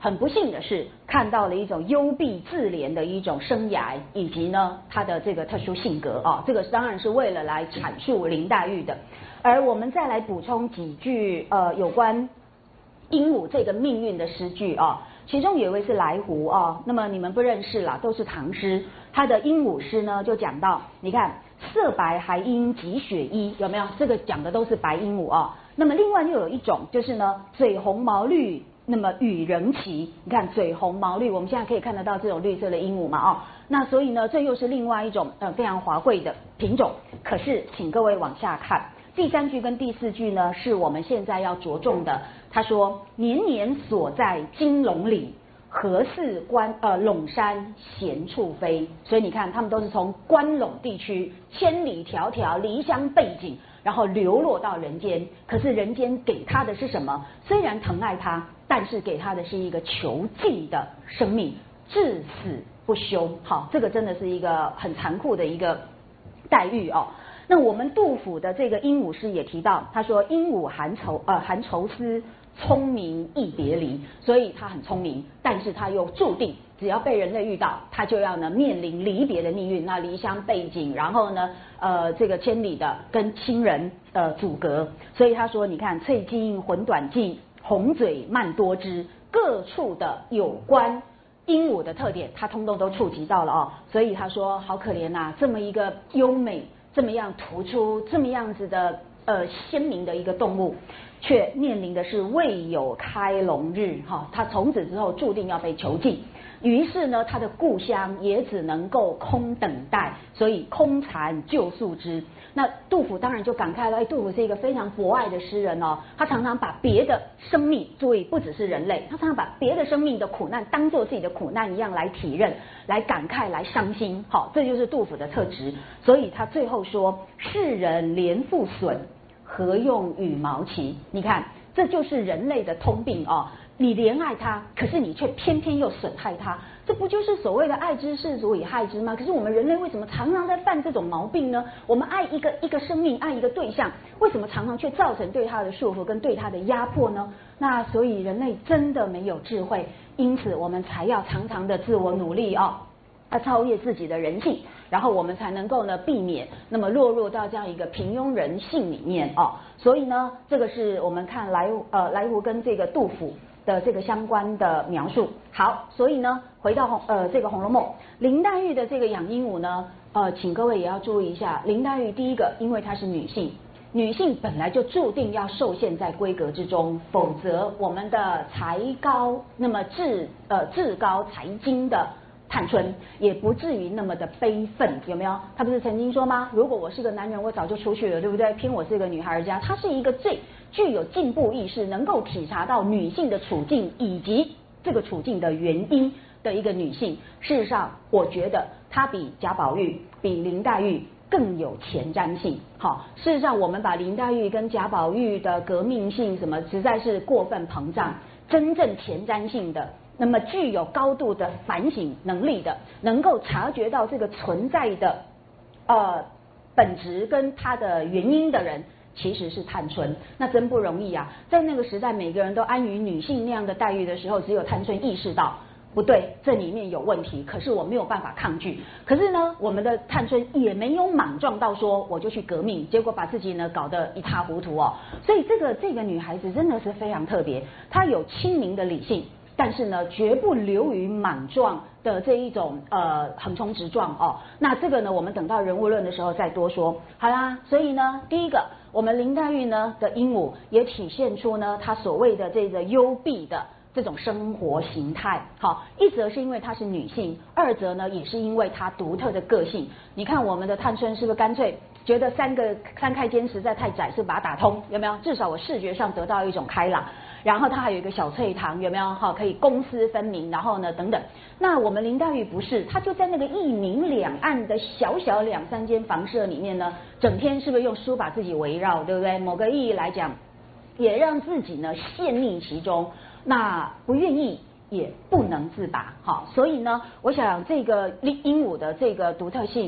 很不幸的是看到了一种幽闭自怜的一种生涯，以及呢他的这个特殊性格啊、哦，这个当然是为了来阐述林黛玉的。而我们再来补充几句呃有关鹦鹉这个命运的诗句啊、哦，其中有一位是来胡啊、哦，那么你们不认识啦，都是唐诗，他的鹦鹉诗呢就讲到，你看色白还应及雪衣，有没有？这个讲的都是白鹦鹉啊、哦。那么另外又有一种就是呢嘴红毛绿。那么羽人旗，你看嘴红毛绿，我们现在可以看得到这种绿色的鹦鹉嘛？哦，那所以呢，这又是另外一种呃非常华贵的品种。可是，请各位往下看，第三句跟第四句呢，是我们现在要着重的。他说：“年年锁在金笼里，何似关呃陇山闲处飞。”所以你看，他们都是从关陇地区千里迢迢离乡背井。然后流落到人间，可是人间给他的是什么？虽然疼爱他，但是给他的是一个囚禁的生命，至死不休。好，这个真的是一个很残酷的一个待遇哦。那我们杜甫的这个鹦鹉诗也提到，他说鹦鹉含愁呃含愁思，聪明亦别离，所以他很聪明，但是他又注定只要被人类遇到，他就要呢面临离别的命运，那离乡背井，然后呢呃这个千里的跟亲人呃阻隔，所以他说你看翠金魂短尽，红嘴慢多汁，各处的有关鹦鹉的特点，他通通都触及到了哦，所以他说好可怜呐、啊，这么一个优美，这么样突出，这么样子的呃鲜明的一个动物，却面临的是未有开笼日，哈、哦，他从此之后注定要被囚禁。于是呢，他的故乡也只能够空等待，所以空残旧宿之。那杜甫当然就感慨了，哎，杜甫是一个非常博爱的诗人哦，他常常把别的生命，注意不只是人类，他常常把别的生命的苦难当做自己的苦难一样来体认、来感慨、来伤心。好，这就是杜甫的特质。所以他最后说：“世人怜父损，何用羽毛齐？”你看，这就是人类的通病哦。你怜爱他，可是你却偏偏又损害他，这不就是所谓的爱之是足以害之吗？可是我们人类为什么常常在犯这种毛病呢？我们爱一个一个生命，爱一个对象，为什么常常却造成对他的束缚跟对他的压迫呢？那所以人类真的没有智慧，因此我们才要常常的自我努力哦，要超越自己的人性，然后我们才能够呢避免那么落入到这样一个平庸人性里面哦。所以呢，这个是我们看来呃来胡跟这个杜甫的这个相关的描述。好，所以呢，回到红呃这个《红楼梦》，林黛玉的这个养鹦鹉呢，呃，请各位也要注意一下，林黛玉第一个，因为她是女性，女性本来就注定要受限在规格之中，否则我们的才高，那么至呃至高才精的探春也不至于那么的悲愤，有没有？他不是曾经说吗？如果我是个男人，我早就出去了，对不对？偏我是个女孩家，她是一个最具有进步意识，能够体察到女性的处境以及这个处境的原因的一个女性。事实上，我觉得她比贾宝玉、比林黛玉更有前瞻性。好，事实上，我们把林黛玉跟贾宝玉的革命性什么，实在是过分膨胀。真正前瞻性的，那么具有高度的反省能力的，能够察觉到这个存在的呃本质跟它的原因的人，其实是探春。那真不容易啊！在那个时代，每个人都安于女性那样的待遇的时候，只有探春意识到不对，这里面有问题，可是我没有办法抗拒。可是呢，我们的探春也没有莽撞到说我就去革命，结果把自己呢搞得一塌糊涂哦。所以这个这个女孩子真的是非常特别，她有清明的理性，但是呢，绝不流于莽撞的这一种呃横冲直撞哦。那这个呢，我们等到人物论的时候再多说。好啦，所以呢，第一个，我们林黛玉呢的鹦鹉也体现出呢她所谓的这个幽闭的这种生活形态。好，一则是因为她是女性，二则呢也是因为她独特的个性。你看我们的探春是不是干脆觉得三个三开间实在太窄，是把它打通，有没有？至少我视觉上得到一种开朗。然后它还有一个小翠堂，有没有？哈，可以公私分明。然后呢，等等。那我们林黛玉不是，她就在那个一明两暗的小小两三间房舍里面呢，整天是不是用书把自己围绕，对不对？某个意义来讲，也让自己呢陷溺其中，那不愿意也不能自拔。好，所以呢，我想这个鹦鹉的这个独特性。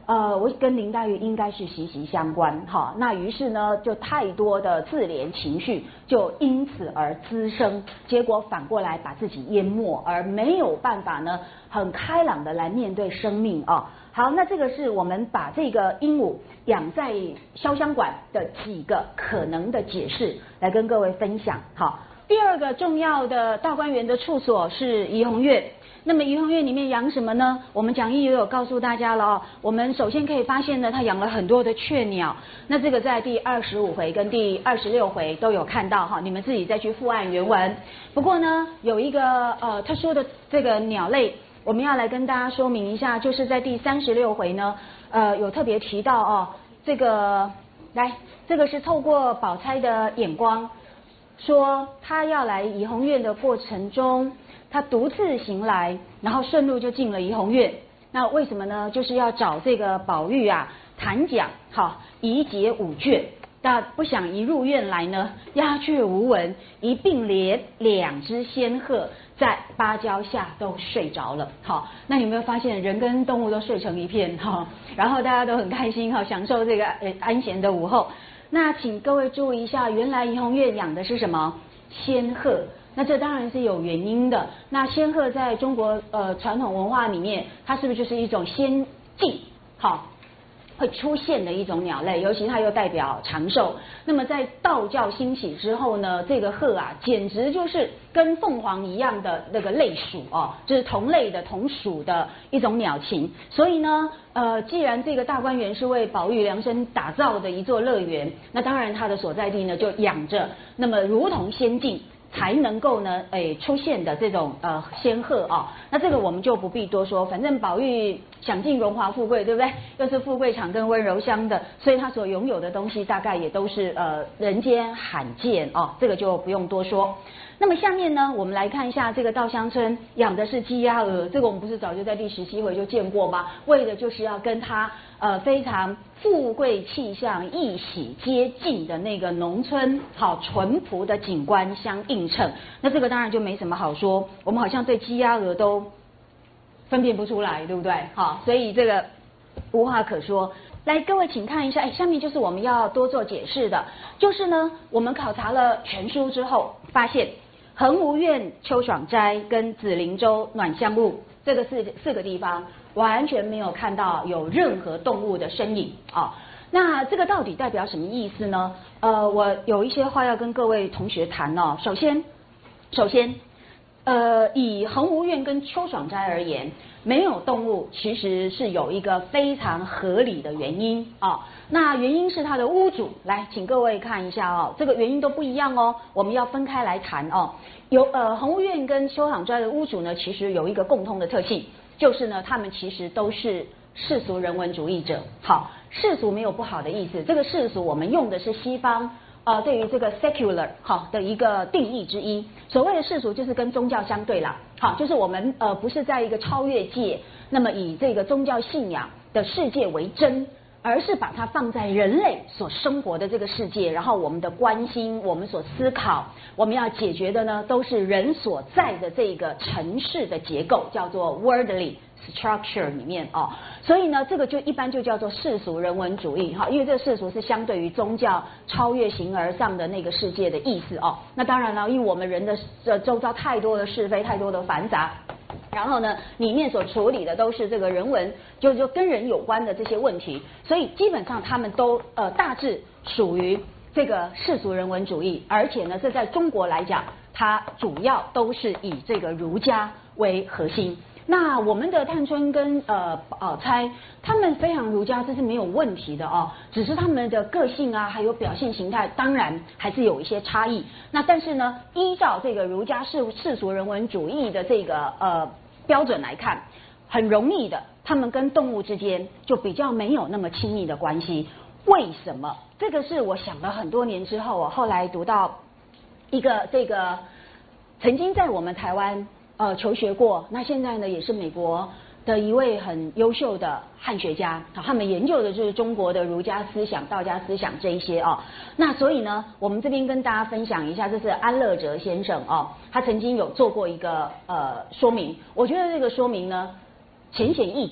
呃，我跟林黛玉应该是息息相关，哈，那于是呢，就太多的自怜情绪就因此而滋生，结果反过来把自己淹没，而没有办法呢，很开朗的来面对生命啊。好，那这个是我们把这个鹦鹉养在潇湘馆的几个可能的解释来跟各位分享。好，第二个重要的大观园的处所是怡红院。那么怡红院里面养什么呢？我们讲义也有告诉大家了哦。我们首先可以发现呢，他养了很多的雀鸟。那这个在第二十五回跟第二十六回都有看到哈，你们自己再去复案原文。不过呢，有一个呃特殊的这个鸟类，我们要来跟大家说明一下，就是在第三十六回呢，呃有特别提到哦，这个来，这个是透过宝钗的眼光，说他要来怡红院的过程中。他独自行来，然后顺路就进了怡红院。那为什么呢？就是要找这个宝玉啊谈讲，好宜解五卷。但不想一入院来呢，鸦雀无闻，一并连两只仙鹤在芭蕉下都睡着了。好，那你有没有发现人跟动物都睡成一片哈？然后大家都很开心哈，享受这个呃安闲的午后。那请各位注意一下，原来怡红院养的是什么？仙鹤。那这当然是有原因的。那仙鹤在中国呃传统文化里面，它是不是就是一种仙境？好，会出现的一种鸟类，尤其它又代表长寿。那么在道教兴起之后呢，这个鹤啊，简直就是跟凤凰一样的那个类属哦，就是同类的同属的一种鸟禽。所以呢，呃，既然这个大观园是为宝玉量身打造的一座乐园，那当然它的所在地呢就养着那么如同仙境。才能够呢，诶出现的这种呃仙鹤啊，那这个我们就不必多说，反正宝玉享尽荣华富贵，对不对？又是富贵场跟温柔乡的，所以他所拥有的东西大概也都是呃人间罕见哦，这个就不用多说。那么下面呢，我们来看一下这个稻香村养的是鸡鸭鹅，这个我们不是早就在第十七回就见过吗？为的就是要跟它呃非常富贵气象、一喜接近的那个农村好淳朴的景观相映衬。那这个当然就没什么好说，我们好像对鸡鸭鹅都分辨不出来，对不对？好，所以这个无话可说。来，各位请看一下，哎，下面就是我们要多做解释的，就是呢，我们考察了全书之后，发现恒芜苑、秋爽斋跟紫菱洲暖香坞这个四四个地方，完全没有看到有任何动物的身影啊、哦。那这个到底代表什么意思呢？呃，我有一些话要跟各位同学谈哦。首先，首先。呃，以恒芜苑跟秋爽斋而言，没有动物其实是有一个非常合理的原因啊、哦。那原因是它的屋主，来，请各位看一下哦，这个原因都不一样哦，我们要分开来谈哦。有呃，恒芜苑跟秋爽斋的屋主呢，其实有一个共通的特性，就是呢，他们其实都是世俗人文主义者。好，世俗没有不好的意思，这个世俗我们用的是西方。呃，对于这个 secular 好的一个定义之一，所谓的世俗就是跟宗教相对啦，好，就是我们呃不是在一个超越界，那么以这个宗教信仰的世界为真，而是把它放在人类所生活的这个世界，然后我们的关心，我们所思考，我们要解决的呢，都是人所在的这个城市的结构，叫做 worldly structure 里面哦，所以呢，这个就一般就叫做世俗人文主义哈，因为这个世俗是相对于宗教超越形而上的那个世界的意思哦。那当然了，因为我们人的呃周遭太多的是非，太多的繁杂。然后呢，里面所处理的都是这个人文，就就跟人有关的这些问题，所以基本上他们都呃大致属于这个世俗人文主义，而且呢，这在中国来讲，它主要都是以这个儒家为核心。那我们的探春跟呃宝钗，他们非常儒家，这是没有问题的哦。只是他们的个性啊，还有表现形态，当然还是有一些差异。那但是呢，依照这个儒家世世俗人文主义的这个呃标准来看，很容易的，他们跟动物之间就比较没有那么亲密的关系。为什么？这个是我想了很多年之后，我后来读到一个这个曾经在我们台湾。呃，求学过，那现在呢也是美国的一位很优秀的汉学家，他们研究的就是中国的儒家思想、道家思想这一些哦。那所以呢，我们这边跟大家分享一下，这是安乐哲先生哦，他曾经有做过一个呃说明，我觉得这个说明呢浅显易懂，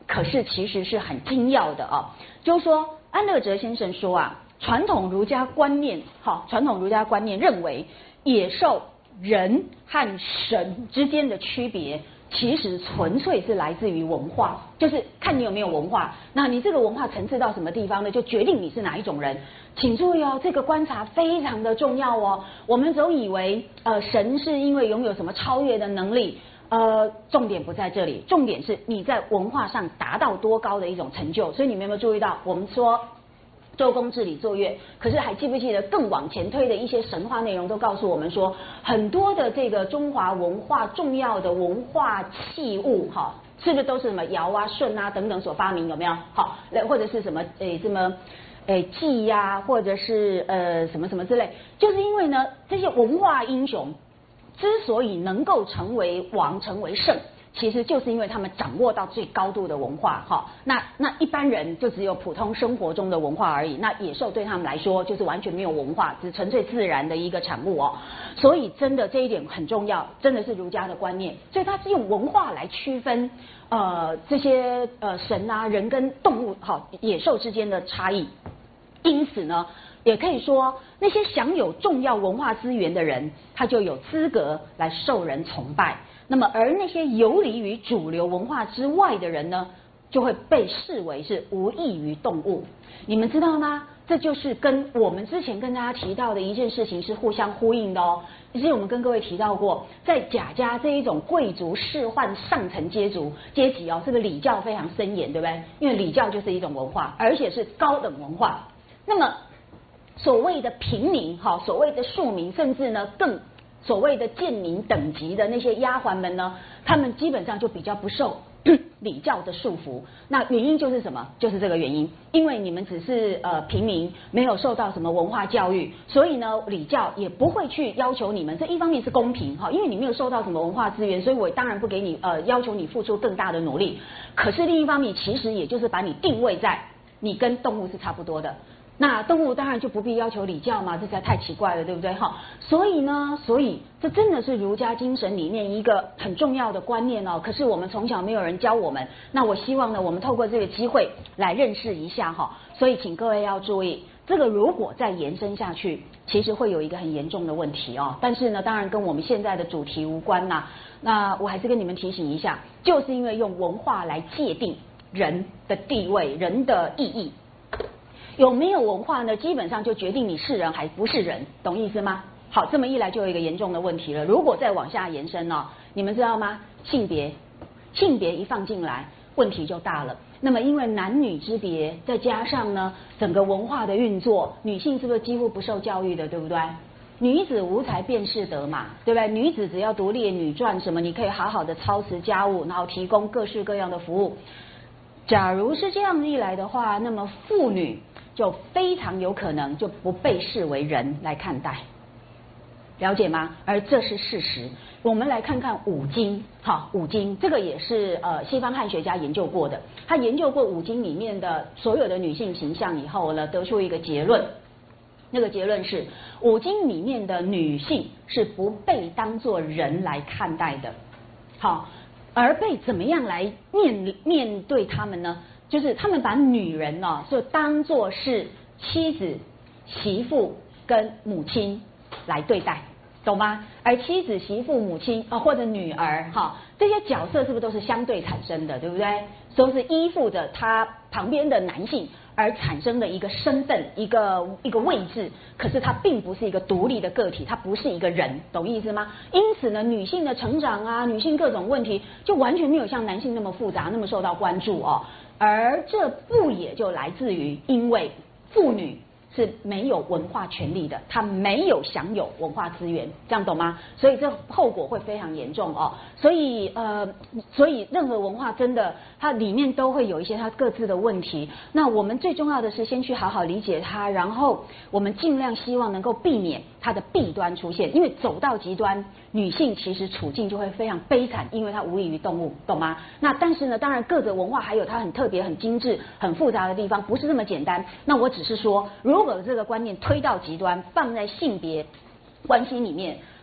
可是其实是很精要的啊。就是说，安乐哲先生说啊，传统儒家观念，好，传统儒家观念认为野兽、人和神之间的区别，其实纯粹是来自于文化，就是看你有没有文化。那你这个文化层次到什么地方呢，就决定你是哪一种人。请注意哦，这个观察非常的重要哦。我们总以为呃神是因为拥有什么超越的能力，呃，重点不在这里，重点是你在文化上达到多高的一种成就。所以你们有没有注意到，我们说周公治理作乐，可是还记不记得更往前推的一些神话内容都告诉我们说，很多的这个中华文化重要的文化器物，哈，是不是都是什么尧啊、舜啊等等所发明？有没有？好，或者是什么诶什么诶祭呀、啊，或者是呃什么什么之类，就是因为呢，这些文化英雄之所以能够成为王、成为圣，其实就是因为他们掌握到最高度的文化，哈，那那一般人就只有普通生活中的文化而已。那野兽对他们来说就是完全没有文化，只纯粹自然的一个产物哦。所以真的这一点很重要，真的是儒家的观念。所以它是用文化来区分呃这些呃神啊、人跟动物、好野兽之间的差异。因此呢，也可以说那些享有重要文化资源的人，他就有资格来受人崇拜。那么，而那些游离于主流文化之外的人呢，就会被视为是无异于动物。你们知道吗？这就是跟我们之前跟大家提到的一件事情是互相呼应的哦。之前我们跟各位提到过，在贾家这一种贵族仕宦上层阶族阶级哦，是不是礼教非常森严，对不对？因为礼教就是一种文化，而且是高等文化。那么，所谓的平民，哈，所谓的庶民，甚至呢更所谓的贱民等级的那些丫鬟们呢，他们基本上就比较不受礼教的束缚。那原因就是什么？就是这个原因，因为你们只是呃平民，没有受到什么文化教育，所以呢礼教也不会去要求你们。这一方面是公平哈，因为你没有受到什么文化资源，所以我当然不给你呃要求你付出更大的努力。可是另一方面，其实也就是把你定位在你跟动物是差不多的。那动物当然就不必要求礼教嘛，这实在太奇怪了，对不对？哈，所以呢，所以这真的是儒家精神里面一个很重要的观念哦。可是我们从小没有人教我们，那我希望呢，我们透过这个机会来认识一下哈。所以请各位要注意，这个如果再延伸下去，其实会有一个很严重的问题哦。但是呢，当然跟我们现在的主题无关呐。那我还是跟你们提醒一下，就是因为用文化来界定人的地位、人的意义。有没有文化呢？基本上就决定你是人还不是人，懂意思吗？好，这么一来就有一个严重的问题了。如果再往下延伸哦，你们知道吗？性别，性别一放进来，问题就大了。那么因为男女之别，再加上呢整个文化的运作，女性是不是几乎不受教育的，对不对？女子无才便是德嘛，对不对？女子只要读列女传什么，你可以好好的操持家务，然后提供各式各样的服务。假如是这样一来的话，那么妇女就非常有可能就不被视为人来看待，了解吗？而这是事实。我们来看看五经，好，五经这个也是呃西方汉学家研究过的，他研究过五经里面的所有的女性形象以后呢，得出一个结论。那个结论是，五经里面的女性是不被当作人来看待的，好，而被怎么样来面面对他们呢？就是他们把女人呢、哦，就当作是妻子、媳妇跟母亲来对待，懂吗？而妻子、媳妇、母亲啊、呃，或者女儿哈、哦，这些角色是不是都是相对产生的，对不对？都是依附着他旁边的男性而产生的一个身份、一个一个位置，可是它并不是一个独立的个体，它不是一个人，懂意思吗？因此呢，女性的成长啊，女性各种问题就完全没有像男性那么复杂，那么受到关注哦。而这不也就来自于，因为妇女是没有文化权利的，她没有享有文化资源，这样懂吗？所以这后果会非常严重哦。所以呃，所以任何文化真的它里面都会有一些它各自的问题。那我们最重要的是先去好好理解它，然后我们尽量希望能够避免它的弊端出现，因为走到极端，女性其实处境就会非常悲惨，因为它无异于动物，懂吗？那但是呢，当然各个文化还有它很特别、很精致、很复杂的地方，不是这么简单。那我只是说，如果这个观念推到极端，放在性别关系里面，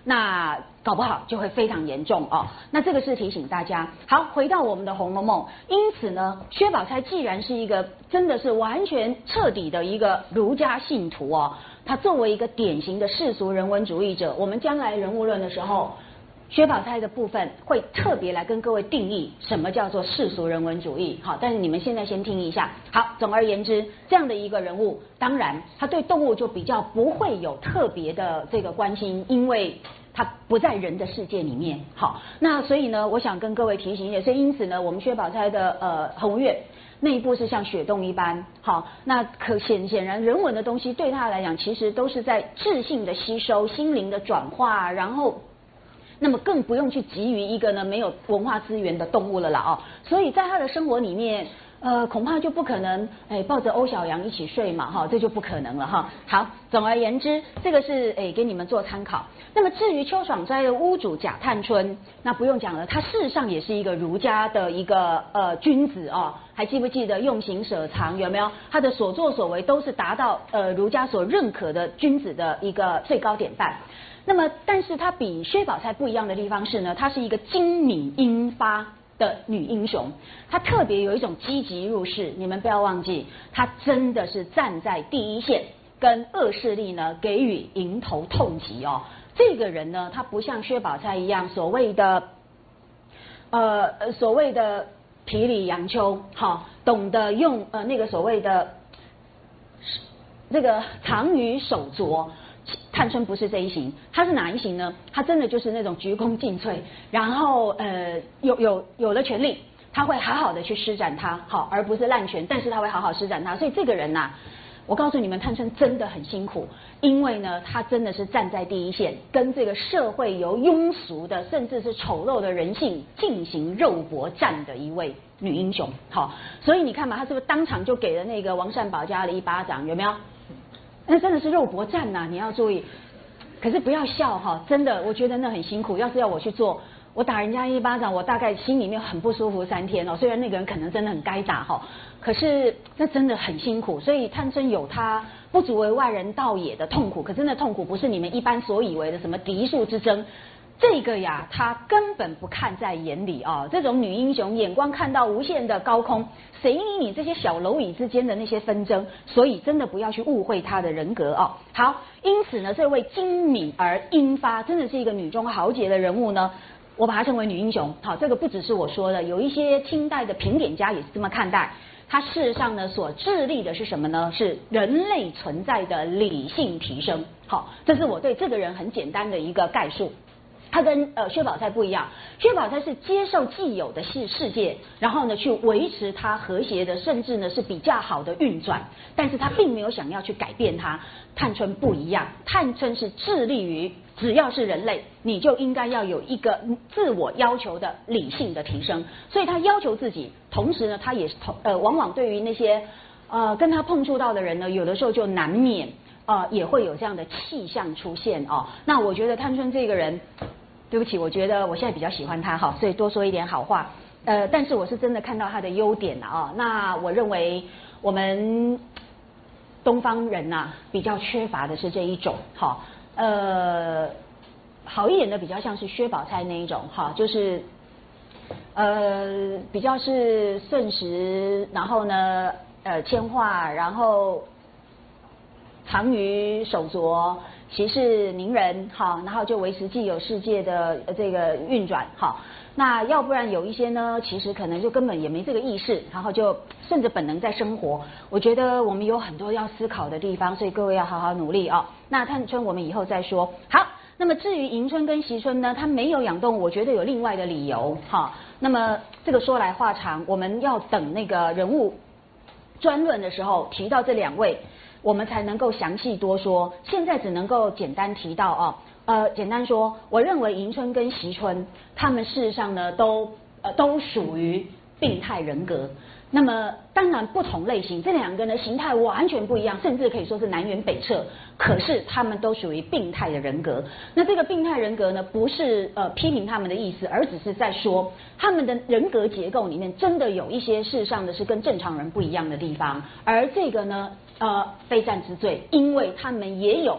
那搞不好就会非常严重哦。那这个是提醒大家。好，回到我们的《红楼梦》，因此呢，薛宝钗既然是一个真的是完全彻底的一个儒家信徒哦，他作为一个典型的世俗人文主义者，我们将来人物论的时候，薛宝钗的部分会特别来跟各位定义什么叫做世俗人文主义。好，但是你们现在先听一下。好，总而言之，这样的一个人物，当然他对动物就比较不会有特别的这个关心，因为他不在人的世界里面。好，那所以呢，我想跟各位提醒一点，所以因此呢，我们薛宝钗的呃红月那一部是像雪洞一般。好，那可显显然人文的东西对他来讲，其实都是在智性的吸收、心灵的转化，然后。那么更不用去急于一个呢没有文化资源的动物了啦哦，所以在他的生活里面，呃，恐怕就不可能哎抱着欧小羊一起睡嘛哈，这就不可能了哈。好，总而言之，这个是哎给你们做参考。那么至于邱爽斋的屋主贾探春，那不用讲了，他事实上也是一个儒家的一个呃君子哦，还记不记得用刑舍藏有没有？他的所作所为都是达到呃儒家所认可的君子的一个最高典范。那么，但是她比薛宝钗不一样的地方是呢，她是一个精敏英发的女英雄，她特别有一种积极入世。你们不要忘记，她真的是站在第一线，跟恶势力呢给予迎头痛击哦。这个人呢，他不像薛宝钗一样所谓的呃所谓的痞里杨秋，好，懂得用呃那个所谓的这个藏于手镯。探春不是这一型，她是哪一型呢？她真的就是那种鞠躬尽瘁，然后呃有有有了权力，她会好好的去施展它，好，而不是滥权，但是她会好好施展它。所以这个人呐、啊，我告诉你们，探春真的很辛苦，因为呢，她真的是站在第一线，跟这个社会由庸俗的甚至是丑陋的人性进行肉搏战的一位女英雄。好，所以你看嘛，她是不是当场就给了那个王善保家了一巴掌？有没有？那真的是肉搏战呐、啊，你要注意。可是不要笑哈，真的，我觉得那很辛苦。要是要我去做，我打人家一巴掌，我大概心里面很不舒服三天哦。虽然那个人可能真的很该打哈，可是那真的很辛苦。所以探春有她不足为外人道也的痛苦，可是那痛苦不是你们一般所以为的什么嫡庶之争。这个呀，她根本不看在眼里啊！这种女英雄眼光看到无限的高空，谁理你这些小蝼蚁之间的那些纷争？所以真的不要去误会她的人格哦。好，因此呢，这位精敏而英发，真的是一个女中豪杰的人物呢，我把她称为女英雄。好，这个不只是我说的，有一些清代的评点家也是这么看待。她事实上呢，所致力的是什么呢？是人类存在的理性提升。好，这是我对这个人很简单的一个概述。他跟呃薛宝钗不一样，薛宝钗是接受既有的世世界，然后呢去维持它和谐的，甚至呢是比较好的运转，但是他并没有想要去改变它。探春不一样，探春是致力于只要是人类，你就应该要有一个自我要求的理性的提升，所以他要求自己，同时呢他也是同呃往往对于那些呃跟他碰触到的人呢，有的时候就难免呃也会有这样的气象出现哦。那我觉得探春这个人。对不起，我觉得我现在比较喜欢他哈，所以多说一点好话。呃，但是我是真的看到他的优点了啊。那我认为我们东方人呐、啊，比较缺乏的是这一种哈。呃，好一点的比较像是薛宝钗那一种哈，就是呃比较是顺时，然后呢呃铅画，然后藏于手镯。息事宁人，好，然后就维持既有世界的这个运转，好，那要不然有一些呢，其实可能就根本也没这个意识，然后就顺着本能在生活。我觉得我们有很多要思考的地方，所以各位要好好努力哦。那探春我们以后再说。好，那么至于迎春跟惜春呢，他没有养动物，我觉得有另外的理由，哈。那么这个说来话长，我们要等那个人物专论的时候提到这两位。我们才能够详细多说，现在只能够简单提到哦，呃，简单说，我认为迎春跟惜春，他们事实上呢，都呃都属于病态人格。那么当然不同类型，这两个呢形态完全不一样，甚至可以说是南辕北辙。可是他们都属于病态的人格。那这个病态人格呢，不是呃批评他们的意思，而只是在说他们的人格结构里面真的有一些事实上的是跟正常人不一样的地方，而这个呢。呃，非战之罪，因为他们也有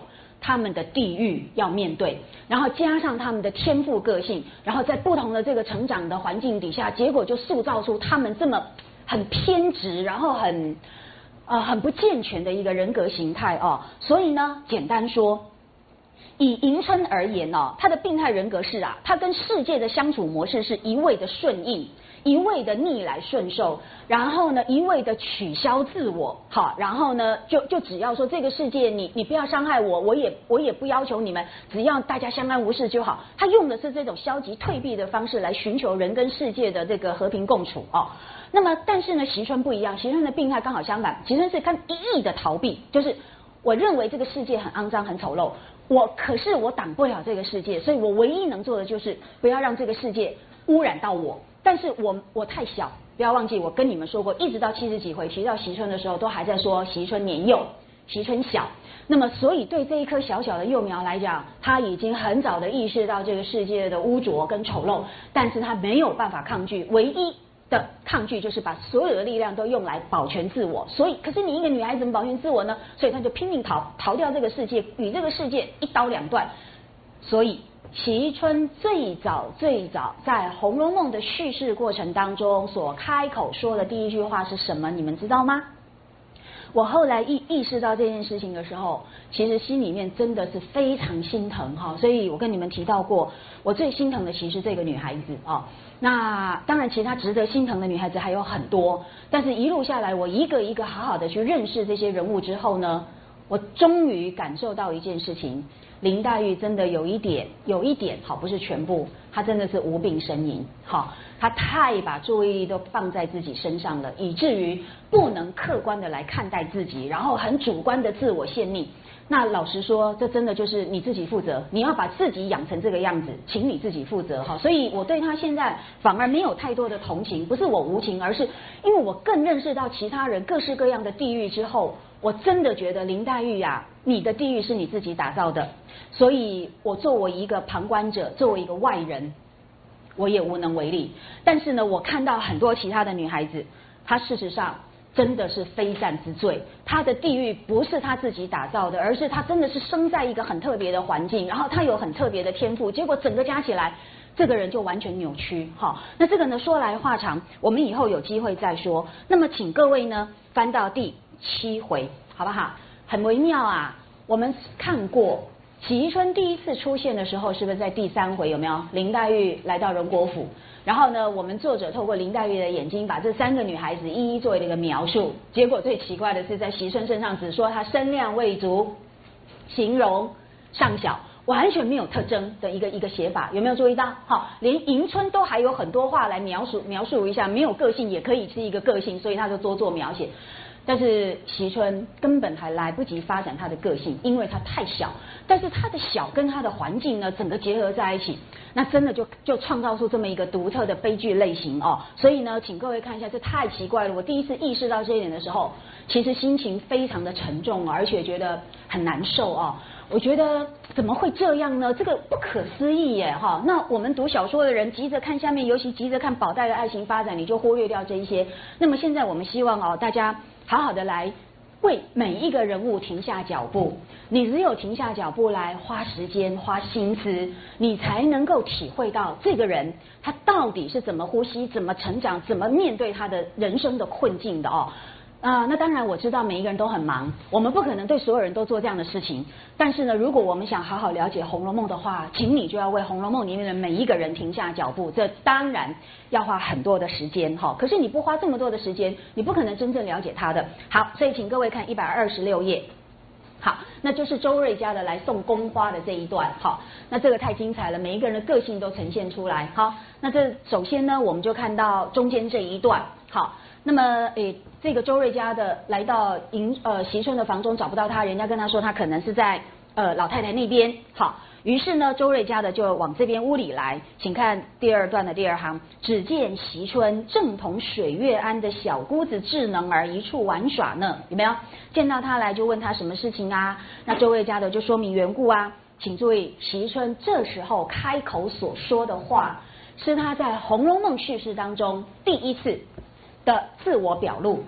他们的地域要面对，然后加上他们的天赋个性，然后在不同的这个成长的环境底下，结果就塑造出他们这么很偏执，然后很呃很不健全的一个人格形态哦。所以呢，简单说，以迎春而言哦，她的病态人格是啊，她跟世界的相处模式是一味的顺应，一味的逆来顺受，然后呢，一味的取消自我，好，然后呢，就就只要说这个世界你你不要伤害我，我也我也不要求你们，只要大家相安无事就好。他用的是这种消极退避的方式来寻求人跟世界的这个和平共处哦。那么，但是呢，席春不一样，席春的病态刚好相反，席春是看一意的逃避，就是我认为这个世界很肮脏、很丑陋，我可是我挡不了这个世界，所以我唯一能做的就是不要让这个世界污染到我。但是我我太小，不要忘记我跟你们说过，一直到七十几回提到席春的时候，都还在说席春年幼，席春小。那么，所以对这一棵小小的幼苗来讲，他已经很早的意识到这个世界的污浊跟丑陋，但是他没有办法抗拒，唯一的抗拒就是把所有的力量都用来保全自我。所以，可是你一个女孩子怎么保全自我呢？所以他就拼命逃，逃掉这个世界，与这个世界一刀两断。所以。席春最早最早在《红楼梦》的叙事过程当中所开口说的第一句话是什么？你们知道吗？我后来意意识到这件事情的时候，其实心里面真的是非常心疼哈。所以我跟你们提到过，我最心疼的其实是这个女孩子啊。那当然，其他值得心疼的女孩子还有很多，但是一路下来，我一个一个好好的去认识这些人物之后呢，我终于感受到一件事情。林黛玉真的有一点，有一点好，不是全部，她真的是无病呻吟，好，她太把注意力都放在自己身上了，以至于不能客观的来看待自己，然后很主观的自我限命。那老实说，这真的就是你自己负责，你要把自己养成这个样子，请你自己负责哈。所以我对她现在反而没有太多的同情，不是我无情，而是因为我更认识到其他人各式各样的地狱之后，我真的觉得林黛玉呀、啊，你的地狱是你自己打造的。所以我作为一个旁观者，作为一个外人，我也无能为力。但是呢，我看到很多其他的女孩子，她事实上真的是非战之罪。她的地狱不是她自己打造的，而是她真的是生在一个很特别的环境，然后她有很特别的天赋，结果整个加起来，这个人就完全扭曲。好，那这个呢说来话长，我们以后有机会再说。那么请各位呢翻到第七回，好不好？很微妙啊，我们看过。席春第一次出现的时候，是不是在第三回？有没有？林黛玉来到荣国府，然后呢，我们作者透过林黛玉的眼睛，把这三个女孩子一一做了一个描述。结果最奇怪的是，在席春身上只说她身量未足，形容尚小，完全没有特征的一个一个写法，有没有注意到？好，连迎春都还有很多话来描述描述一下，没有个性也可以是一个个性，所以他就多做描写。但是席春根本还来不及发展他的个性，因为他太小。但是他的小跟他的环境呢，整个结合在一起，那真的就就创造出这么一个独特的悲剧类型哦。所以呢，请各位看一下，这太奇怪了。我第一次意识到这一点的时候，其实心情非常的沉重，而且觉得很难受哦。我觉得怎么会这样呢？这个不可思议耶哈！那我们读小说的人急着看下面，尤其急着看宝黛的爱情发展，你就忽略掉这一些。那么现在我们希望哦，大家好好的来为每一个人物停下脚步。你只有停下脚步来花时间、花心思，你才能够体会到这个人他到底是怎么呼吸、怎么成长、怎么面对他的人生的困境的哦。啊、呃，那当然我知道每一个人都很忙，我们不可能对所有人都做这样的事情。但是呢，如果我们想好好了解《红楼梦》的话，请你就要为《红楼梦》里面的每一个人停下脚步。这当然要花很多的时间哈。可是你不花这么多的时间，你不可能真正了解他的。好，所以请各位看一百二十六页。好，那就是周瑞家的来送宫花的这一段。好，那这个太精彩了，每一个人的个性都呈现出来。好，那这首先呢，我们就看到中间这一段。好。那么，诶，这个周瑞家的来到迎呃席春的房中找不到他，人家跟他说他可能是在呃老太太那边。好，于是呢，周瑞家的就往这边屋里来，请看第二段的第二行，只见席春正同水月庵的小姑子智能儿一处玩耍呢，有没有？见到他来就问他什么事情啊？那周瑞家的就说明缘故啊。请注意，席春这时候开口所说的话，是他在《红楼梦》叙事当中第一次的自我表露。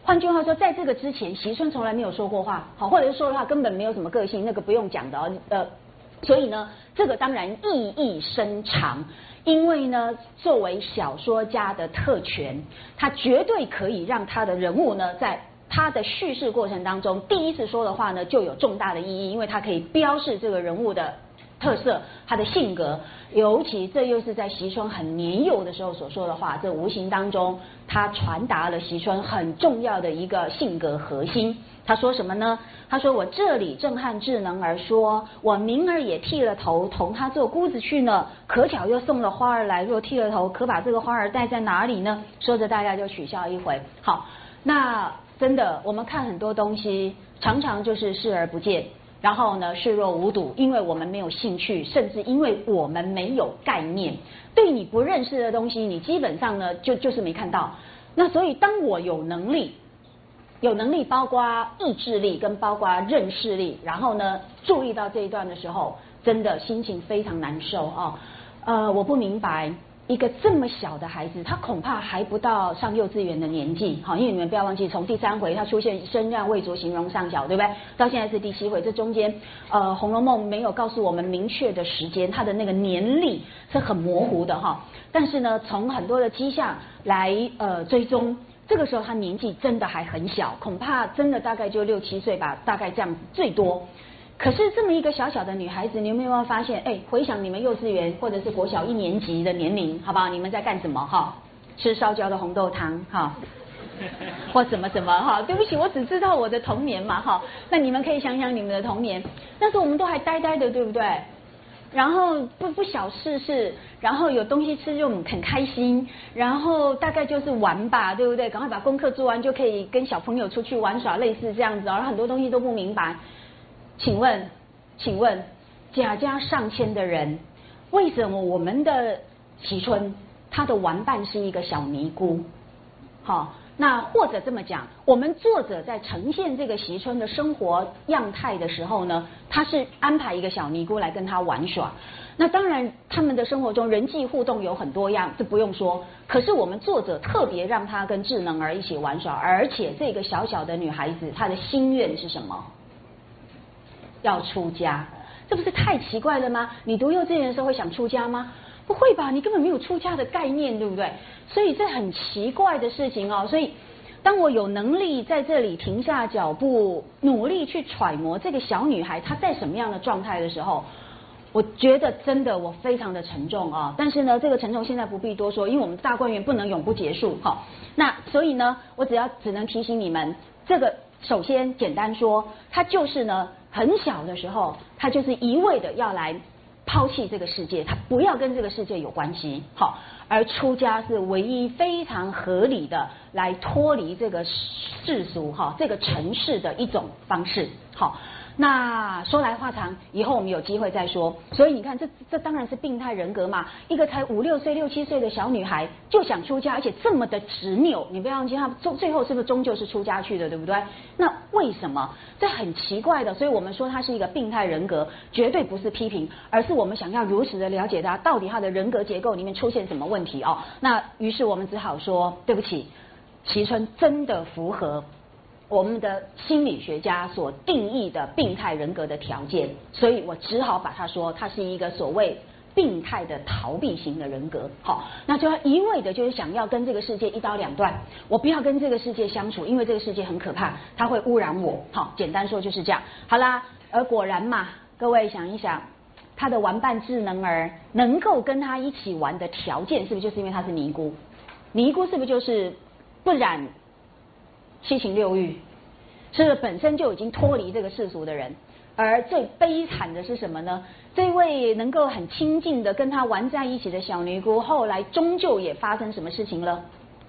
换句话说，在这个之前，席春从来没有说过话，好，或者是说的话根本没有什么个性，那个不用讲的哦，呃，所以呢，这个当然意义深长，因为呢，作为小说家的特权，他绝对可以让他的人物呢，在他的叙事过程当中，第一次说的话呢，就有重大的意义，因为他可以标示这个人物的特色，他的性格，尤其这又是在席春很年幼的时候所说的话，这无形当中他传达了席春很重要的一个性格核心。他说什么呢？他说：“我这里正和智能儿说，我明儿也剃了头，同他做姑子去呢。可巧又送了花儿来，若剃了头，可把这个花儿戴在哪里呢？”说着，大家就取笑一回。好，那真的，我们看很多东西，常常就是视而不见。然后呢，视若无睹，因为我们没有兴趣，甚至因为我们没有概念，对你不认识的东西，你基本上呢就就是没看到。那所以，当我有能力，有能力包括意志力跟包括认识力，然后呢注意到这一段的时候，真的心情非常难受啊、哦。呃，我不明白。一个这么小的孩子，他恐怕还不到上幼稚园的年纪，好，因为你们不要忘记，从第三回他出现身让未着，形容上小，对不对？到现在是第七回，这中间，呃，《红楼梦》没有告诉我们明确的时间，他的那个年历是很模糊的哈。但是呢，从很多的迹象来呃追踪，这个时候他年纪真的还很小，恐怕真的大概就六七岁吧，大概这样最多。可是这么一个小小的女孩子，你有没有发现？哎，回想你们幼稚园或者是国小一年级的年龄，好不好？你们在干什么？哈，吃烧焦的红豆汤，哈，或什么什么哈？对不起，我只知道我的童年嘛，哈。那你们可以想想你们的童年，那时候我们都还呆呆的，对不对？然后不不小事事，然后有东西吃就很开心，然后大概就是玩吧，对不对？赶快把功课做完就可以跟小朋友出去玩耍，类似这样子，然后很多东西都不明白。请问，请问，贾家上千的人，为什么我们的席春他的玩伴是一个小尼姑？好，那或者这么讲，我们作者在呈现这个席春的生活样态的时候呢，他是安排一个小尼姑来跟他玩耍。那当然，他们的生活中人际互动有很多样，这不用说。可是我们作者特别让他跟智能儿一起玩耍，而且这个小小的女孩子，她的心愿是什么？要出家，这不是太奇怪了吗？你读幼稚园的时候会想出家吗？不会吧，你根本没有出家的概念，对不对？所以这很奇怪的事情哦。所以当我有能力在这里停下脚步，努力去揣摩这个小女孩她在什么样的状态的时候，我觉得真的我非常的沉重啊。但是呢，这个沉重现在不必多说，因为我们大观园不能永不结束哈。那所以呢，我只要只能提醒你们，这个首先简单说，它就是呢。很小的时候，他就是一味的要来抛弃这个世界，他不要跟这个世界有关系。好，而出家是唯一非常合理的来脱离这个世俗哈这个尘世的一种方式。好，那说来话长，以后我们有机会再说。所以你看，这这当然是病态人格嘛，一个才五六岁、六七岁的小女孩就想出家，而且这么的执拗。你不要忘记，她最最后是不是终究是出家去的，对不对？那为什么？这很奇怪的。所以我们说她是一个病态人格，绝对不是批评，而是我们想要如实的了解她到底她的人格结构里面出现什么问题哦。那于是我们只好说，对不起，席春真的符合我们的心理学家所定义的病态人格的条件，所以我只好把它说，它是一个所谓病态的逃避型的人格。好，那就要一味的就是想要跟这个世界一刀两断，我不要跟这个世界相处，因为这个世界很可怕，它会污染我。好，简单说就是这样。好啦，而果然嘛，各位想一想，他的玩伴智能儿能够跟他一起玩的条件，是不是就是因为他是尼姑？尼姑是不是就是不染七情六欲，是不是本身就已经脱离这个世俗的人？而最悲惨的是什么呢？这位能够很亲近的跟他玩在一起的小尼姑，后来终究也发生什么事情了？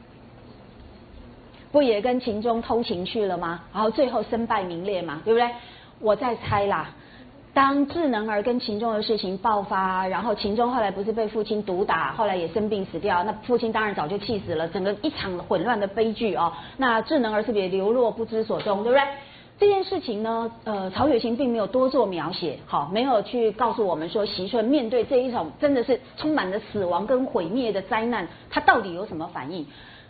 不也跟秦钟偷情去了吗？然后最后身败名裂嘛，对不对？我在猜啦，当智能儿跟秦钟的事情爆发，然后秦钟后来不是被父亲毒打，后来也生病死掉，那父亲当然早就气死了，整个一场混乱的悲剧哦。那智能儿是不是也流落不知所踪，对不对？这件事情呢，呃，曹雪芹并没有多做描写，好，没有去告诉我们说席春面对这一种真的是充满了死亡跟毁灭的灾难，他到底有什么反应？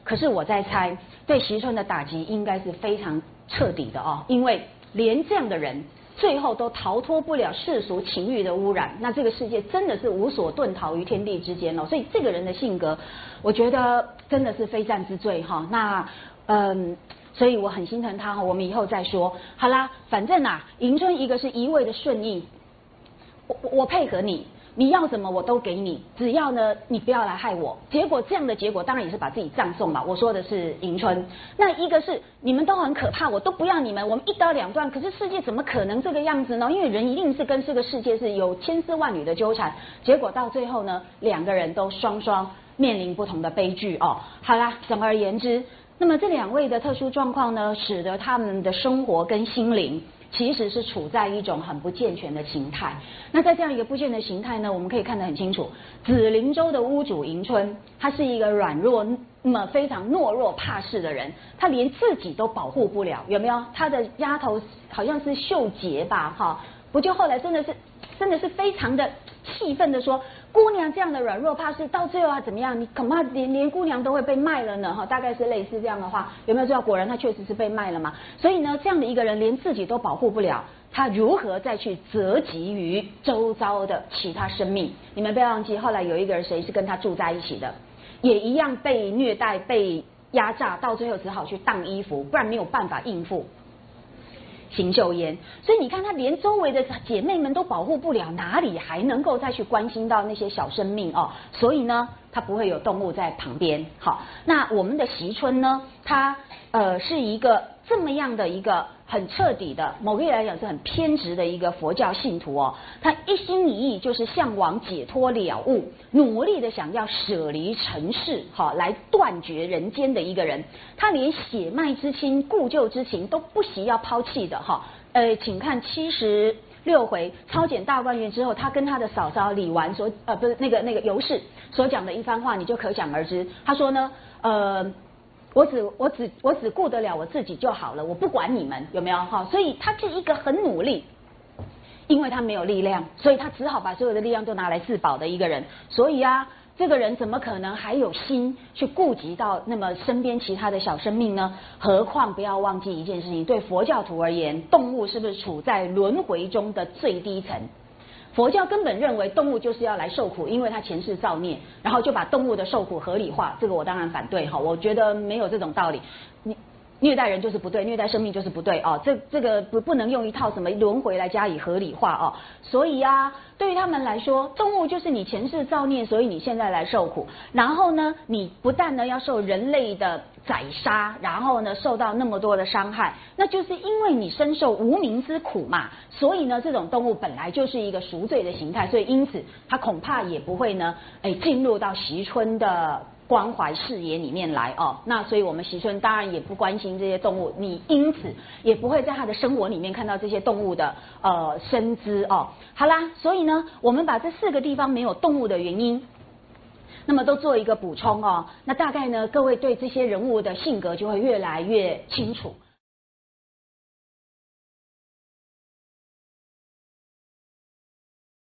可是我在猜，对席春的打击应该是非常彻底的哦，因为连这样的人最后都逃脱不了世俗情欲的污染，那这个世界真的是无所遁逃于天地之间哦。所以这个人的性格，我觉得真的是非战之罪哈。那嗯。所以我很心疼他哈，我们以后再说。好啦，反正啊，迎春一个是一味的顺应，我我配合你，你要什么我都给你，只要呢你不要来害我。结果这样的结果当然也是把自己葬送嘛。我说的是迎春，那一个是你们都很可怕，我都不要你们，我们一刀两断。可是世界怎么可能这个样子呢？因为人一定是跟这个世界是有千丝万缕的纠缠，结果到最后呢，两个人都双双面临不同的悲剧哦。好啦，总而言之。那么这两位的特殊状况呢，使得他们的生活跟心灵其实是处在一种很不健全的形态。那在这样一个不健的形态呢，我们可以看得很清楚，紫灵洲的屋主迎春，他是一个软弱、那么非常懦弱怕事的人，他连自己都保护不了，有没有？他的丫头好像是秀杰吧，哈，不就后来真的是真的是非常的气愤的说。姑娘这样的软弱怕事，到最后啊怎么样？你恐怕连连姑娘都会被卖了呢，哈，大概是类似这样的话，有没有知道？果然他确实是被卖了嘛。所以呢，这样的一个人连自己都保护不了，他如何再去责及于周遭的其他生命？你们不要忘记，后来有一个人谁是跟他住在一起的，也一样被虐待、被压榨，到最后只好去当衣服，不然没有办法应付。邢岫烟，所以你看，他连周围的姐妹们都保护不了，哪里还能够再去关心到那些小生命哦？所以呢，他不会有动物在旁边。好，那我们的席春呢，他呃是一个这么样的一个很彻底的，某个意义来讲是很偏执的一个佛教信徒哦。他一心一意就是向往解脱了悟，努力的想要舍离尘世，好来断绝人间的一个人。他连血脉之亲、故旧之情都不惜要抛弃的哈。呃，请看七十六回超检大观园之后，他跟他的嫂嫂李纨所呃不是那个那个尤氏所讲的一番话，你就可想而知。他说呢，呃。我只我只我只顾得了我自己就好了，我不管你们有没有哈，所以他是一个很努力，因为他没有力量，所以他只好把所有的力量都拿来自保的一个人。所以啊，这个人怎么可能还有心去顾及到那么身边其他的小生命呢？何况不要忘记一件事情，对佛教徒而言，动物是不是处在轮回中的最低层？佛教根本认为动物就是要来受苦，因为它前世造孽，然后就把动物的受苦合理化，这个我当然反对哈，我觉得没有这种道理。你虐待人就是不对，虐待生命就是不对哦，这这个不不能用一套什么轮回来加以合理化哦。所以啊，对于他们来说，动物就是你前世造孽，所以你现在来受苦。然后呢，你不但呢要受人类的宰杀，然后呢受到那么多的伤害，那就是因为你深受无名之苦嘛。所以呢，这种动物本来就是一个赎罪的形态，所以因此它恐怕也不会呢，哎进入到席春的关怀视野里面来哦。那所以我们席春当然也不关心这些动物，你因此也不会在他的生活里面看到这些动物的呃身姿哦。好啦，所以呢，我们把这四个地方没有动物的原因，那么都做一个补充哦。那大概呢，各位对这些人物的性格就会越来越清楚。